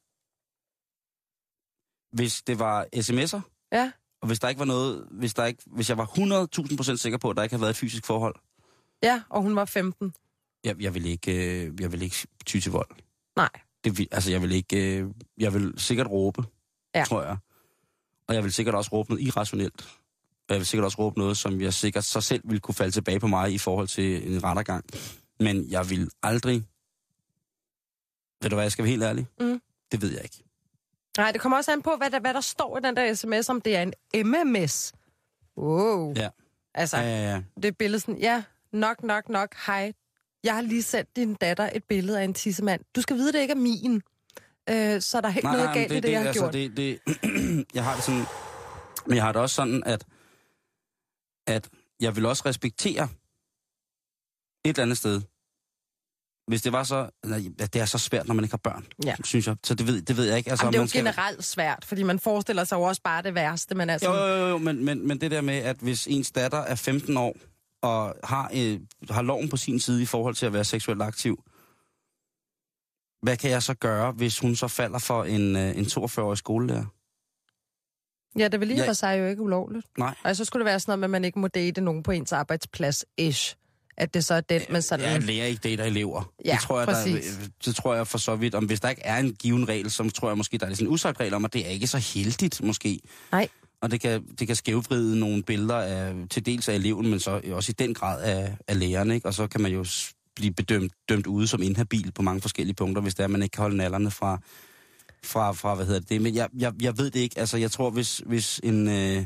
D: Hvis det var sms'er,
E: ja.
D: Og hvis der ikke var noget... Hvis jeg var 100.000% sikker på, at der ikke havde været et fysisk forhold...
E: Ja, og hun var 15.
D: Jeg vil ikke ty til vold.
E: Nej.
D: Jeg vil sikkert råbe, tror jeg. Og jeg vil sikkert også råbe noget irrationelt. Og jeg vil sikkert også råbe noget, som jeg sikkert så selv ville kunne falde tilbage på mig i forhold til en rettergang. Men jeg vil aldrig... Ved du hvad, jeg skal være helt ærlig? Det ved jeg ikke.
E: Nej, det kommer også an på, hvad der står i den der sms, om det er en MMS. Wow.
D: Ja.
E: Altså,
D: ja.
E: det er billedet sådan, nok, hej. Jeg har lige sendt din datter et billede af en tissemand. Du skal vide, det ikke er min. Så der er ikke noget galt i det, jeg har gjort.
D: Jeg har det sådan... Men jeg har det også sådan, at jeg vil også respektere et eller andet sted. Hvis det var så... Det er så svært, når man ikke har børn, synes jeg. Så det ved jeg ikke. Altså,
E: det er jo generelt svært, fordi man forestiller sig jo også bare det værste. Man er
D: sådan... Jo, men det der med, at hvis ens datter er 15 år, og har loven på sin side i forhold til at være seksuelt aktiv, hvad kan jeg så gøre, hvis hun så falder for en 42-årig skolelærer?
E: Ja, det vil lige for sig jo ikke ulovligt.
D: Nej.
E: Og så skulle det være sådan noget, at man ikke må date nogen på ens arbejdsplads-ish. At det så er den, man sådan...
D: Ja, lærer ikke dater elever.
E: Ja,
D: det tror jeg for så vidt. Hvis der ikke er en given regel, så tror jeg måske, der er sådan en usagt regel om, at det er ikke så heldigt, måske.
E: Nej.
D: Og det kan skævvride nogle billeder af, til dels af eleven, men så også i den grad af læreren, ikke? Og så kan man jo blive dømt ude som inhabil på mange forskellige punkter, hvis det er, at man ikke kan holde nallerne fra hvad hedder det. Men jeg ved det ikke. Altså, jeg tror, hvis en...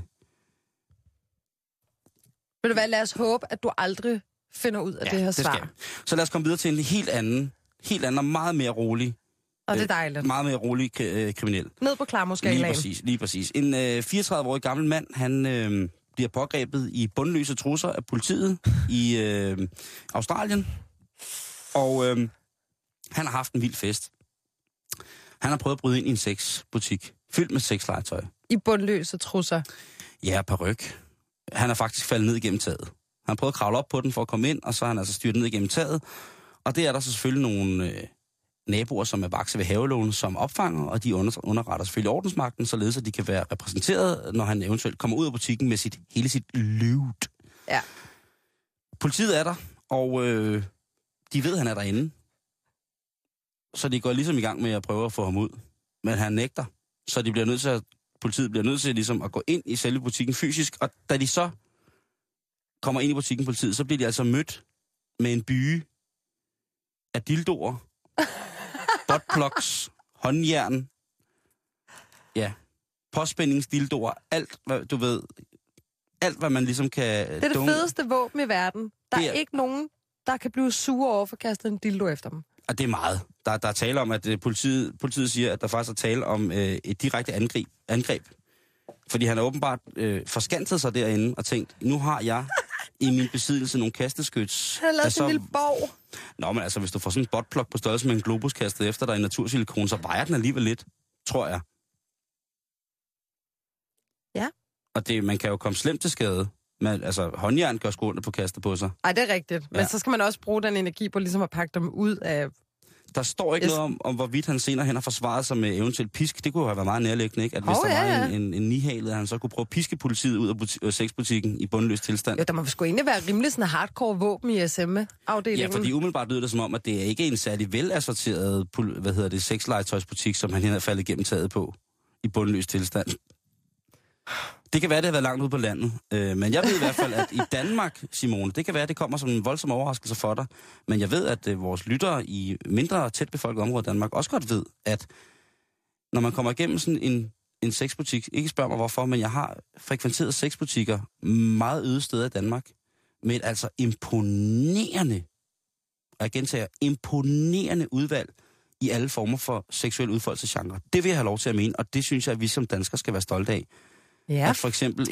E: Vil du hvad, lad os håbe, at du aldrig finder ud af det her svar.
D: Så lad os komme videre til en helt anden og meget mere rolig.
E: Og det er dejligt.
D: Meget mere rolig kriminel.
E: Ned på Klarmoskalaen.
D: Lige præcis. En 34-årig gammel mand, han bliver pågrebet i bundløse trusser af politiet i Australien. Og han har haft en vild fest. Han har prøvet at bryde ind i en sexbutik, fyldt med sexlegetøj. I
E: bundløse trusser?
D: Ja, paryk. Han er faktisk faldet ned igennem taget. Han har prøvet at kravle op på den for at komme ind, og så er han altså styrt ned igennem taget. Og det er der så selvfølgelig nogle naboer, som er vakse ved havelån, som opfanger, og de underretter selvfølgelig ordensmagten, således at de kan være repræsenteret, når han eventuelt kommer ud af butikken med hele sit loot.
E: Ja.
D: Politiet er der, og de ved, at han er derinde. Så de går ligesom i gang med at prøve at få ham ud. Men han nægter. Så politiet bliver nødt til ligesom at gå ind i selve butikken fysisk, og da de så kommer ind i butikken politiet, så bliver de altså mødt med en byge af dildoer, buttplugs, håndjern, påspændingsdildoer, alt, hvad du ved, alt, hvad man ligesom kan...
E: Det er det fedeste våben i verden. Der er ikke nogen, der kan blive sure over for at kaste en dildo efter dem.
D: Og det er meget. Der er tale om, at politiet siger, at der faktisk er tale om et direkte angreb. Fordi han har åbenbart forskanset sig derinde og tænkt, nu har jeg i min besiddelse nogle kasteskyts.
E: Han har lavet sådan en lille borg.
D: Nå, men altså, hvis du får sådan en buttplug på størrelse med en globus kastet efter dig i natursilikon, så vejer den alligevel lidt, tror jeg.
E: Ja.
D: Og man kan jo komme slemt til skade. Men altså, håndjern gør sgu ondt på kastet på sig.
E: Ej, det er rigtigt. Men så skal man også bruge den energi på ligesom at pakke dem ud af...
D: Der står ikke noget om, hvorvidt han senere hen har forsvaret sig med eventuelt pisk. Det kunne jo have været meget nærliggende, ikke? At hvis der var en nihalet, han så kunne prøve at piske politiet ud af sexbutikken i bundløs tilstand.
E: Jo, der må sgu egentlig være rimelig sådan hardcore våben i SM-afdelingen.
D: Ja, fordi umiddelbart lyder det som om, at det er ikke en særlig velassorteret, sexlegetøjsbutik, som han har faldet gennem taget på i bundløs tilstand. Det kan være, det har været langt ude på landet. Men jeg ved i hvert fald, at i Danmark, Simone, det kan være, det kommer som en voldsom overraskelse for dig. Men jeg ved, at vores lyttere i mindre tæt befolkede områder i Danmark også godt ved, at når man kommer igennem sådan en sexbutik. Ikke spørg mig hvorfor, men jeg har frekventeret sexbutikker meget øde steder i Danmark. Med et altså imponerende, og jeg gentager, imponerende udvalg i alle former for seksuel udfoldelsesgenre. Det vil jeg have lov til at mene, og det synes jeg, at vi som danskere skal være stolte af.
E: Ja.
D: At for eksempel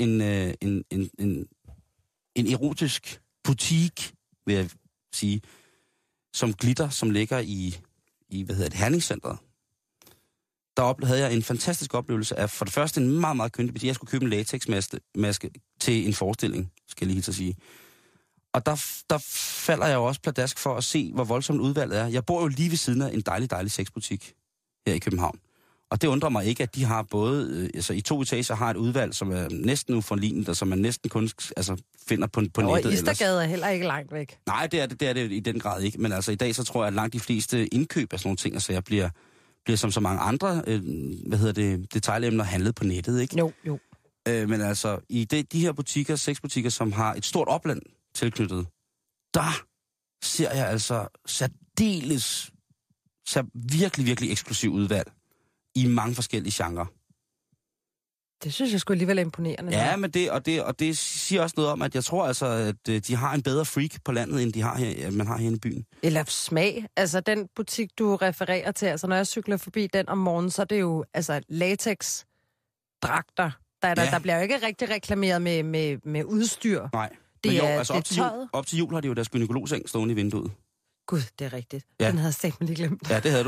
D: en erotisk butik, vil jeg sige, som Glitter, som ligger i Herningscenteret. Der havde jeg en fantastisk oplevelse af, for det første en meget, meget køndig butik. Jeg skulle købe en latexmaske til en forestilling, skal jeg lige helt sige. Og der falder jeg jo også pladask for at se, hvor voldsomt udvalget er. Jeg bor jo lige ved siden af en dejlig sexbutik her i København. Og det undrer mig ikke, at de har både, i 2 etager har et udvalg, som er næsten uforlignet, og som man næsten kun finder på nettet.
E: Og Istergade er heller ikke langt væk.
D: Nej, det er det i den grad ikke. Men altså i dag, så tror jeg, at langt de fleste indkøb af sådan nogle ting, så jeg bliver som så mange andre, detaljemner handlet på nettet, ikke?
E: Jo.
D: Men altså, i de her butikker, sexbutikker, som har et stort opland tilknyttet, der ser jeg altså virkelig eksklusiv udvalg i mange forskellige genrer.
E: Det synes jeg sgu alligevel er imponerende.
D: Ja, men det siger også noget om, at jeg tror altså, at de har en bedre freak på landet, end man har her i byen.
E: Eller smag. Altså, den butik, du refererer til, altså når jeg cykler forbi den om morgenen, så er det jo altså latex-dragter. Der bliver jo ikke rigtig reklameret med udstyr.
D: Nej.
E: Det
D: jo,
E: er
D: altså op til jul har de jo deres gynekologseng stående i vinduet.
E: Gud, det er rigtigt.
D: Ja.
E: Den havde jeg stadig lige glemt.
D: Ja, det havde du.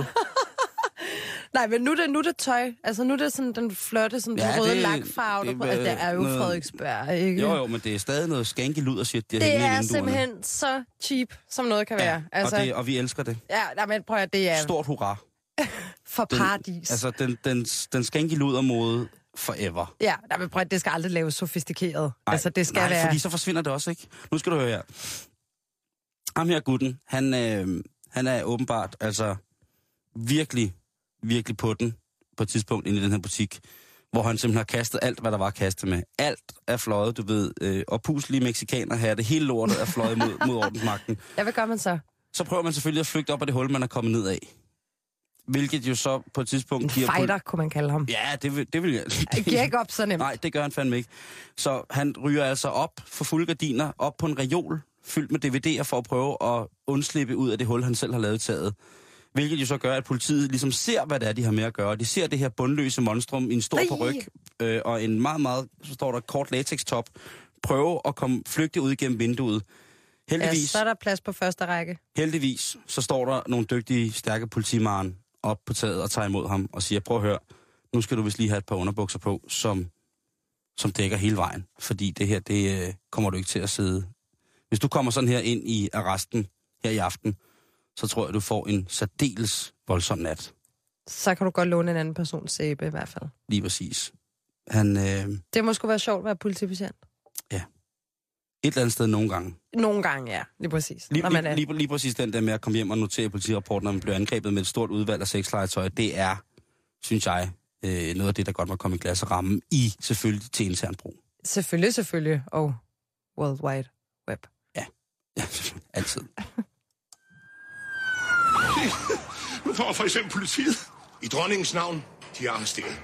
E: Nej, men nu er det tøj. Altså nu er det sådan den flotte, sådan den røde lakfarve. Det er jo Frederiksberg, ikke?
D: Jo, men det er stadig noget skankelud og shit,
E: det er simpelthen så cheap, som noget kan være. Altså,
D: og vi elsker det.
E: Ja, men prøv at det er...
D: Stort hurra.
E: For paradis.
D: Altså, den skænkeluder-mode forever.
E: Ja, men prøv at det skal aldrig laves sofistikeret. Altså, det skal være...
D: fordi så forsvinder det også, ikke? Nu skal du høre her. Ham her gutten, han er åbenbart, altså, virkelig på den, på et tidspunkt inde i den her butik, hvor han simpelthen har kastet alt, hvad der var at kaste med. Alt er fløjet, du ved, og puslige mexikaner her, det hele lortet er fløjet mod ordensmagten.
E: Ja, hvad gør man så?
D: Så prøver man selvfølgelig at flygte op af det hul, man er kommet ned af. Hvilket jo så på et tidspunkt...
E: En fighter, kunne man kalde ham.
D: Ja, det vil jeg...
E: Det giver ikke op så nemt.
D: Nej, det gør han fandme ikke. Så han ryger altså op for fulde gardiner, op på en reol, fyldt med DVD'er for at prøve at undslippe ud af det hul, han selv har lavet i taget. Hvilket jo så gør, at politiet ligesom ser, hvad det er, de har med at gøre. De ser det her bundløse monstrum i en stor paryk og en meget, så står der kort latex-top, prøve at flygte ud igennem vinduet. Heldigvis,
E: ja, så er der plads på første række.
D: Heldigvis, så står der nogle dygtige, stærke politimaren op på taget og tager imod ham og siger, prøv at høre, nu skal du vist lige have et par underbukser på, som dækker hele vejen. Fordi det her, det kommer du ikke til at sidde. Hvis du kommer sådan her ind i arresten her i aften, så tror jeg, du får en særdeles voldsom nat.
E: Så kan du godt låne en anden persons sæbe i hvert fald.
D: Lige præcis.
E: Det må sgu være sjovt at være politibetjent.
D: Ja. Et eller andet sted nogle gange.
E: Nogle gange, ja. Lige præcis.
D: Lige præcis den der med at komme hjem og notere politirapporten, når man bliver angrebet med et stort udvalg af sexlegetøj, det er, synes jeg, noget af det, der godt må komme i glas og ramme i, selvfølgelig, til intern brug.
E: Selvfølgelig. Og World Wide Web.
D: Ja, altid.
G: Nu får for eksempel politiet i dronningens navn, de er arresteret.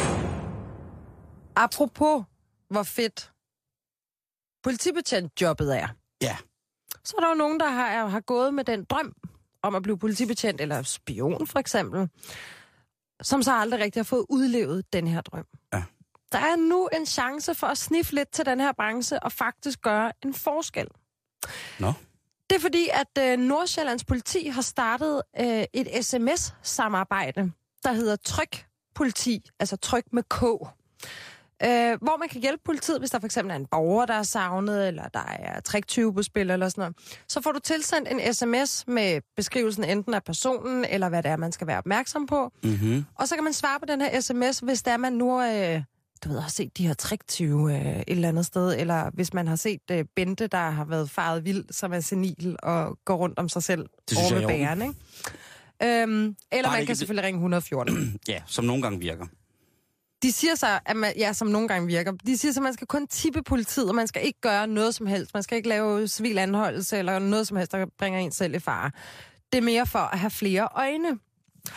E: Apropos, hvor fedt politibetjentjobbet er.
D: Ja.
E: Så er der jo nogen, der har gået med den drøm om at blive politibetjent, eller spion for eksempel, som så aldrig rigtig har fået udlevet den her drøm.
D: Ja.
E: Der er nu en chance for at sniffe lidt til den her branche og faktisk gøre en forskel.
D: Nå.
E: Det er fordi, at Nordsjællands politi har startet et sms-samarbejde, der hedder Tryg Politi, altså tryk med K. Hvor man kan hjælpe politiet, hvis der for eksempel er en borger, der er savnet, eller der er tricktyve på spil, eller sådan noget. Så får du tilsendt en sms med beskrivelsen enten af personen, eller hvad det er, man skal være opmærksom på. Mm-hmm. Og så kan man svare på den her sms, hvis der man nu har set de her tricktyve et eller andet sted, eller hvis man har set Bente, der har været faret vild, som er senil og går rundt om sig selv over med bæren, ikke? Eller man kan selvfølgelig ringe 114.
D: Ja, som nogle gange virker.
E: De siger så, at som nogle gange virker, de siger så, at man skal kun tippe politiet, og man skal ikke gøre noget som helst. Man skal ikke lave civil anholdelse eller noget som helst, der bringer en selv i fare. Det er mere for at have flere øjne.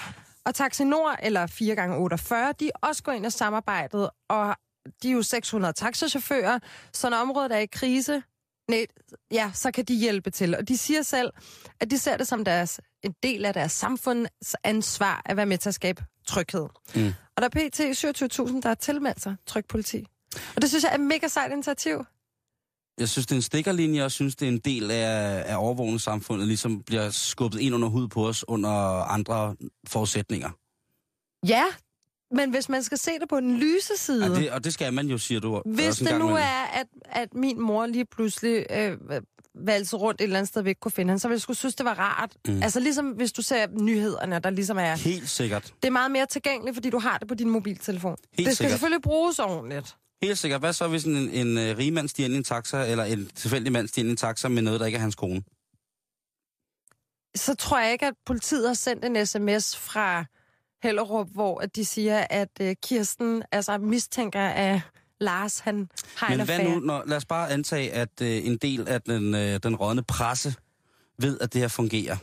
E: Og Taxi Nord, eller 4x48, de er også gået ind og samarbejdet, og de er jo 600 taxachauffører, så når området er i krise, så kan de hjælpe til. Og de siger selv, at de ser det som en del af deres samfundsansvar at være med til at skabe tryghed. Mm. Og der er pt. 27.000, der er tilmeldt sig trygpoliti. Og det synes jeg er et mega sejt initiativ.
D: Jeg synes, det er en stikkerlinje, og jeg synes, det er en del af overvågningssamfundet, ligesom bliver skubbet ind under hud på os under andre forudsætninger.
E: Ja, men hvis man skal se det på den lyse side...
D: Ja, og det skal man jo, siger du.
E: Hvis det nu er, at min mor lige pludselig valgte rundt et eller andet sted, vi ikke kunne finde hende, så ville jeg skulle synes, det var rart. Mm. Altså ligesom hvis du ser nyhederne, der ligesom er...
D: Helt sikkert.
E: Det er meget mere tilgængeligt, fordi du har det på din mobiltelefon.
D: Helt
E: det skal
D: sikkert.
E: Selvfølgelig bruges ordentligt.
D: Helt sikkert. Hvad så, hvis en rig mand stiger ind i en taxa, eller en tilfældig mand stiger ind i en taxa med noget, der ikke er hans kone?
E: Så tror jeg ikke, at politiet har sendt en sms fra Hellerup, hvor de siger, at Kirsten mistænker, at Lars, han har en affære.
D: Men hvad nu, lad os bare antage, at en del af den rådne presse ved, at det her fungerer.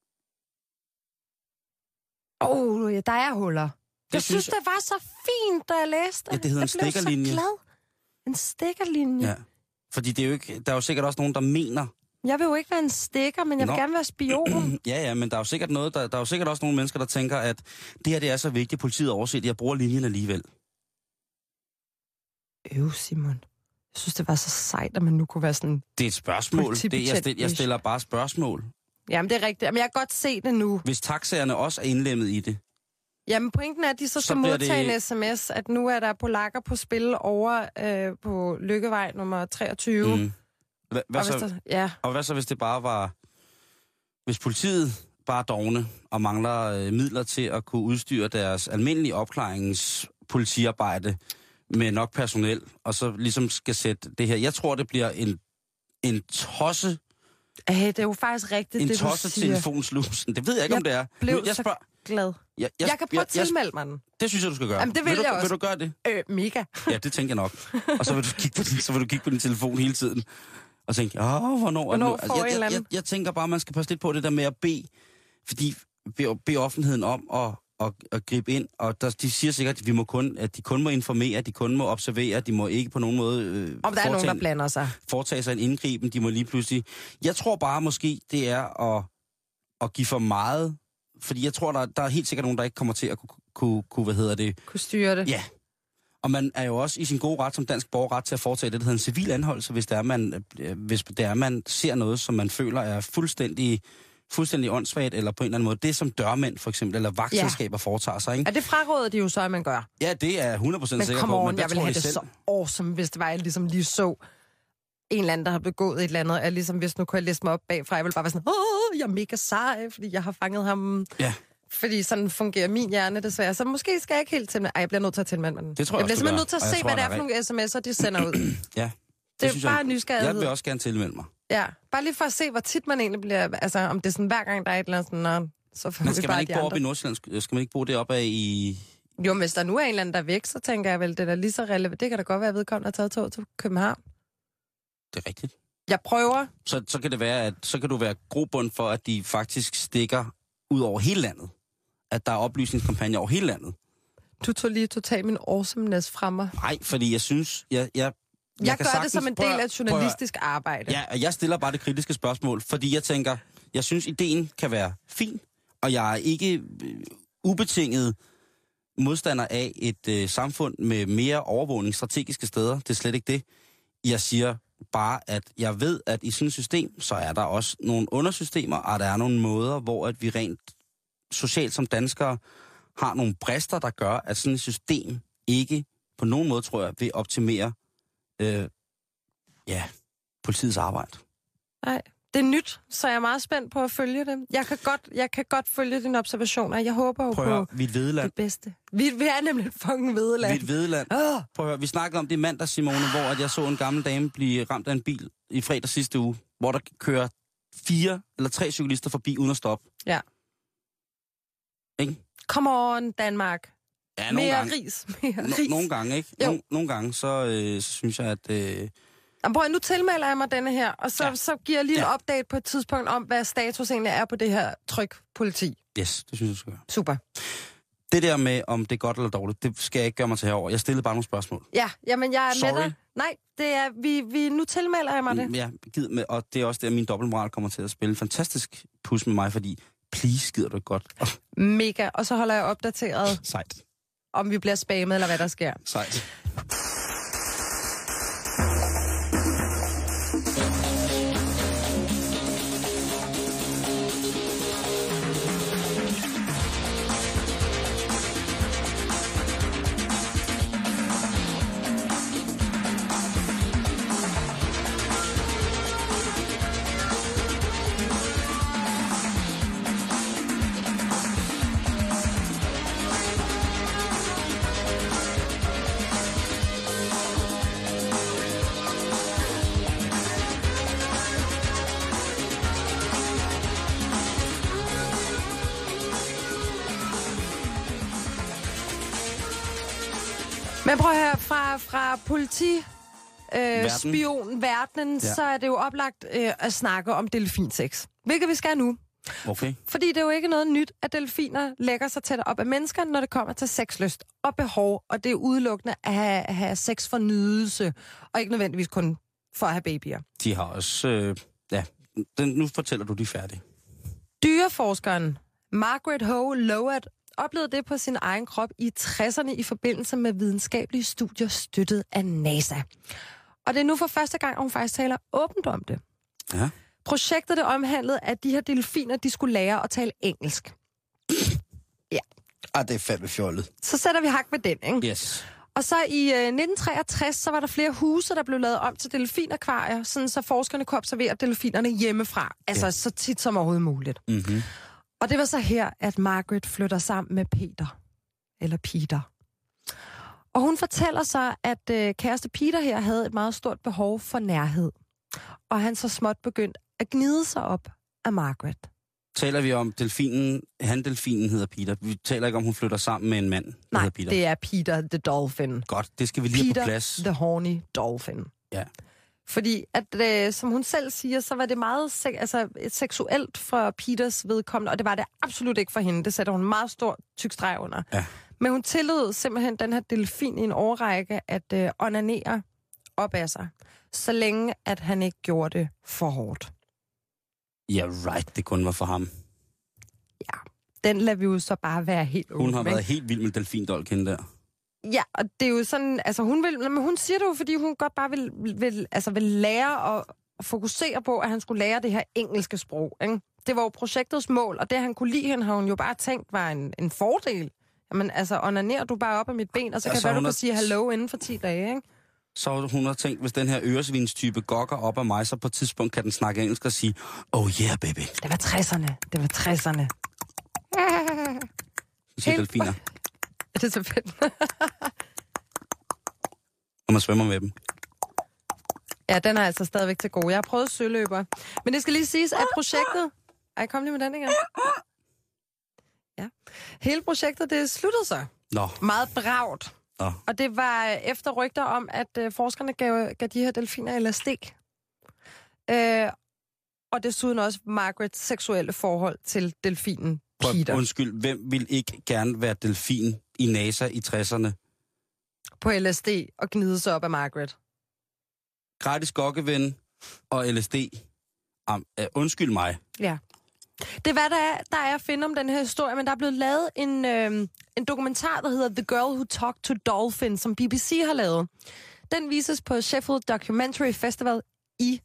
E: Der er huller. Jeg synes, det var så fint, da jeg læste.
D: Ja, det hedder en stikkerlinje.
E: Jeg blev så glad. En stikkerlinje.
D: Ja, fordi det er jo ikke, der er jo sikkert også nogen, der mener...
E: Jeg vil jo ikke være en stikker, men jeg vil gerne være spion.
D: Ja, men der er jo sikkert der er jo sikkert også nogle mennesker, der tænker, at det her det er så vigtigt, at politiet overser det, jeg bruger linjen alligevel.
E: Simon. Jeg synes, det var så sejt, at man nu kunne være sådan...
D: Det er et spørgsmål. Jeg stiller bare spørgsmål.
E: Jamen, det er rigtigt. Men jeg kan godt se det nu.
D: Hvis taxaerne også er indlemmet i det.
E: Jamen, pointen er, at de så skal modtage en sms, at nu er der polakker på spil over på Lykkevej nummer 23. Mm.
D: Hvad så, hvis det bare var... Hvis politiet bare er dovne og mangler midler til at kunne udstyre deres almindelige opklaringspolitiarbejde med nok personel, og så ligesom skal sætte det her... Jeg tror, det bliver en tosse...
E: det er jo faktisk rigtigt, det du siger. En
D: tosse-telefonslusen. Det ved jeg ikke, om det er.
E: Jeg så glad. Jeg kan prøve at tilmelde mig den.
D: Det synes jeg, du skal gøre.
E: Jamen, det vil jeg også.
D: Vil du gøre det?
E: Mega.
D: Ja, det tænker jeg nok. Og så vil du kigge på din telefon hele tiden. Og tænke, hvornår
E: får
D: jeg tænker bare, man skal passe lidt på det der med at bede offentligheden om at gribe ind. Og de siger sikkert, at de kun må informere, de kun må observere, de må ikke på nogen måde
E: om der er nogen, der blander sig.
D: Foretage sig en indgriben, de må lige pludselig... Jeg tror bare måske, det er at give for meget... Fordi jeg tror, der er helt sikkert nogen, der ikke kommer til at kunne
E: styre det.
D: Ja. Og man er jo også i sin gode ret som dansk borger ret til at foretage det, der hedder en civil anholdelse, hvis man ser noget, som man føler er fuldstændig åndssvagt, eller på en eller anden måde. Det som dørmænd for eksempel, eller vagtselskaber foretager sig, ikke?
E: Ja, det fraråder de jo så, at man gør.
D: Ja, det er 100% sikker på.
E: Men jeg ville have det så awesome, hvis det var, jeg ligesom lige så en eller anden, der har begået et eller andet, og ligesom hvis nu kunne jeg læse mig op bagfra, jeg ville bare være sådan, jeg er mega sej, fordi jeg har fanget ham.
D: Ja.
E: Fordi sådan fungerer min hjerne desværre. Så måske skal jeg ikke helt tilmelde. Jeg bliver nødt til at tilmelde mig.
D: Det tror jeg
E: bliver simpelthen nødt til at se, hvad det er for nogle sms'er, de sender ud.
D: Ja.
E: Det er bare nysgerrighed.
D: Jeg vil også gerne tilmelde mig.
E: Ja, bare lige for at se, hvor tit man egentlig bliver... Altså, om det er sådan, hver gang der er et eller andet sådan... Så får
D: men skal man ikke bo op i Nordsjælland? Skal man ikke bo deroppe af i...
E: Jo, men hvis der nu er en eller anden, der er væk, så tænker jeg vel, det er lige så relevant. Det kan da godt være, at vedkommende har taget tog til København.
D: Det er rigtigt.
E: Jeg prøver.
D: Så kan det være, at så kan du være grobund for, at de faktisk stikker ud over hele landet. At der er oplysningskampagner over hele landet.
E: Du tog lige totalt min awesomeness fra mig.
D: Nej, fordi jeg synes... Jeg
E: gør sagtens, det som en del af journalistisk arbejde.
D: Ja, og jeg stiller bare det kritiske spørgsmål, fordi jeg tænker, jeg synes, ideen kan være fin, og jeg er ikke ubetinget modstander af et samfund med mere overvågning strategiske steder. Det er slet ikke det. Jeg siger bare, at jeg ved, at i sådan et system, så er der også nogle undersystemer, og der er nogle måder, hvor at vi rent socialt som danskere har nogle brister, der gør, at sådan et system ikke på nogen måde, tror jeg, vil optimere politiets arbejde.
E: Nej, det er nyt, så jeg er meget spændt på at følge det. Jeg kan godt følge dine observationer. Jeg håber jo på det bedste. Vi er nemlig et fucking vedeland.
D: Vi er et vedeland. Prøv at høre, vi snakkede om det mandag, Simone, hvor at jeg så en gammel dame blive ramt af en bil i fredag sidste uge, hvor der kører 4 eller 3 cyklister forbi uden at stoppe.
E: Ja.
D: Ikke?
E: Come on, Danmark.
D: Ja,
E: mere ris.
D: Nogle gange, ikke? Nogle gange, så synes jeg, at...
E: Nu tilmelder jeg mig denne her, og så giver jeg lige en update på et tidspunkt om, hvad status egentlig er på det her trykpoliti.
D: Yes, det synes jeg, du skal gøre.
E: Super.
D: Det der med, om det er godt eller dårligt, det skal jeg ikke gøre mig til herover. Jeg stillede bare nogle spørgsmål.
E: Ja, jamen jeg er
D: Sorry.
E: med dig. Nej, det er, vi nu tilmelder jeg mig det.
D: Ja, gid med, og det er også der, min dobbeltmoral kommer til at spille fantastisk pus med mig, fordi please, gider du godt.
E: Mega, og så holder jeg opdateret,
D: Sejt.
E: om vi bliver spammet, eller hvad der sker.
D: Sejt.
E: Men prøv at høre, fra spionverdenen,
D: Ja.
E: så er det jo oplagt at snakke om delfinsex. Hvilket vi skal nu.
D: Okay.
E: Fordi det er jo ikke noget nyt, at delfiner lægger sig tæt op af mennesker, når det kommer til sexlyst og behov. Og det er udelukkende at have sex for nydelse, og ikke nødvendigvis kun for at have babyer.
D: De har også... nu fortæller du de færdige.
E: Dyreforskeren Margaret Ho Lowat oplevede det på sin egen krop i 60'erne i forbindelse med videnskabelige studier støttet af NASA. Og det er nu for første gang, at hun faktisk taler åbent om det.
D: Ja.
E: Projektet det omhandlede, at de her delfiner, de skulle lære at tale engelsk. Ja.
D: Det er fandme fjollet.
E: Så sætter vi hak med den, ikke?
D: Yes.
E: Og så i 1963, så var der flere huse, der blev lavet om til delfinakvarier, sådan så forskerne kunne observere delfinerne hjemmefra. Altså så tit som overhovedet muligt.
D: Mm-hmm.
E: Og det var så her, at Margaret flytter sammen med Peter. Eller Peter. Og hun fortæller så, at kæreste Peter her havde et meget stort behov for nærhed. Og han så småt begyndte at gnide sig op af Margaret.
D: Taler vi om delfinen, delfinen hedder Peter. Vi taler ikke om, hun flytter sammen med en mand, der
E: Nej,
D: hedder Peter.
E: det er Peter the Dolphin.
D: Godt, det skal vi lige
E: Peter
D: have på plads.
E: the Horny Dolphin.
D: Ja.
E: Fordi, at som hun selv siger, så var det meget seksuelt for Peters vedkommende, og det var det absolut ikke for hende. Det sætter hun en meget stor tyk streg under.
D: Ja.
E: Men hun tillod simpelthen den her delfin i en årrække at onanere op af sig, så længe at han ikke gjorde det for hårdt.
D: Ja, right, det kun var for ham.
E: Ja, den lader vi jo så bare være helt
D: Hun har
E: åben,
D: været
E: ikke?
D: helt vild med delfindolk, hende der.
E: Ja, og det er jo sådan, altså hun siger det jo, fordi hun godt bare vil lære at fokusere på, at han skulle lære det her engelske sprog, ikke? Det var jo projektets mål, og det han kunne lide hende, har hun jo bare tænkt var en fordel. Jamen altså, onanerer du bare op af mit ben, og så kan
D: Altså,
E: du
D: hun
E: kan
D: har-
E: sige hallo inden for 10 dage, ikke?
D: Så hun har tænkt, hvis den her øresvinstype gokker op af mig, så på et tidspunkt kan den snakke engelsk og sige, oh yeah, baby.
E: Det var 60'erne. Det var 60'erne.
D: Så siger delfiner,
E: Det er så fedt.
D: og man svømmer med dem.
E: Ja, den er altså stadigvæk til gode. Jeg har prøvet søløber. Men det skal lige siges, at projektet... Ej, kom lige med den igen. Ja. Hele projektet, det sluttede sig
D: Nå,
E: meget bravt.
D: Nå.
E: Og det var efter rygter om, at forskerne gav de her delfiner elastik. Og desuden også Margarets seksuelle forhold til delfinen Peter.
D: undskyld, hvem vil ikke gerne være delfin i NASA i 60'erne?
E: På LSD og gnide sig op af Margaret.
D: Gratis gokkeven og LSD. Undskyld mig.
E: Ja. Det er, hvad der er at finde om den her historie, men der er blevet lavet en dokumentar, der hedder The Girl Who Talked to Dolphins, som BBC har lavet. Den vises på Sheffield Documentary Festival i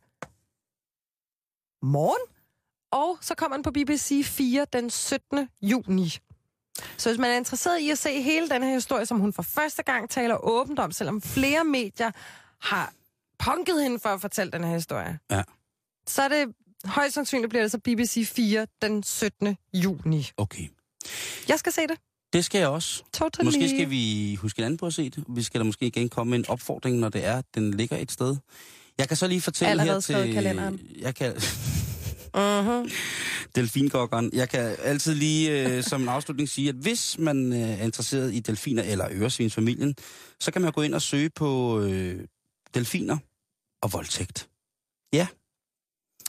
E: morgen, og så kommer den på BBC 4 den 17. juni. Så hvis man er interesseret i at se hele den her historie, som hun for første gang taler åbent om, selvom flere medier har punket hende for at fortælle den her historie,
D: Ja.
E: så er det højst sandsynligt bliver det så BBC 4 den 17. juni.
D: Okay.
E: Jeg skal se det.
D: Det skal jeg også.
E: Totally.
D: Måske skal vi huske hinanden på at se det. Vi skal da måske igen komme med en opfordring, når det er, at den ligger et sted. Jeg kan så lige fortælle
E: Allerede
D: her
E: skrevet i
D: til...
E: kalenderen.
D: Jeg kan...
E: Uh-huh.
D: Delfingokkeren. Jeg kan altid lige som en afslutning sige, at hvis man er interesseret i delfiner eller øresvinsfamilien, så kan man gå ind og søge på delfiner og voldtægt. Ja.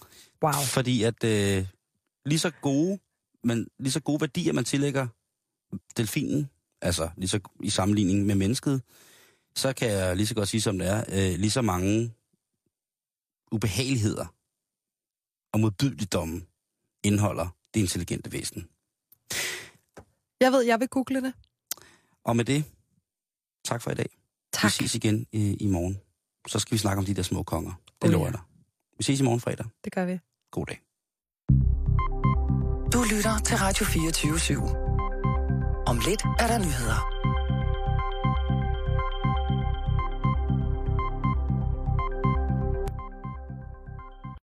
E: Wow.
D: Fordi at lige så gode værdier, man tillægger delfinen, altså lige så, i sammenligning med mennesket, så kan jeg lige så godt sige, som det er, lige så mange ubehageligheder og modbydeligdomme indeholder det intelligente væsen.
E: Jeg vil google det.
D: Og med det, tak for i dag.
E: Tak.
D: Vi ses igen i morgen. Så skal vi snakke om de der små konger. Det lover jeg dig. Vi ses i morgen fredag.
E: Det gør vi.
D: God dag.
C: Du lytter til Radio 24/7. Om lidt er der nyheder.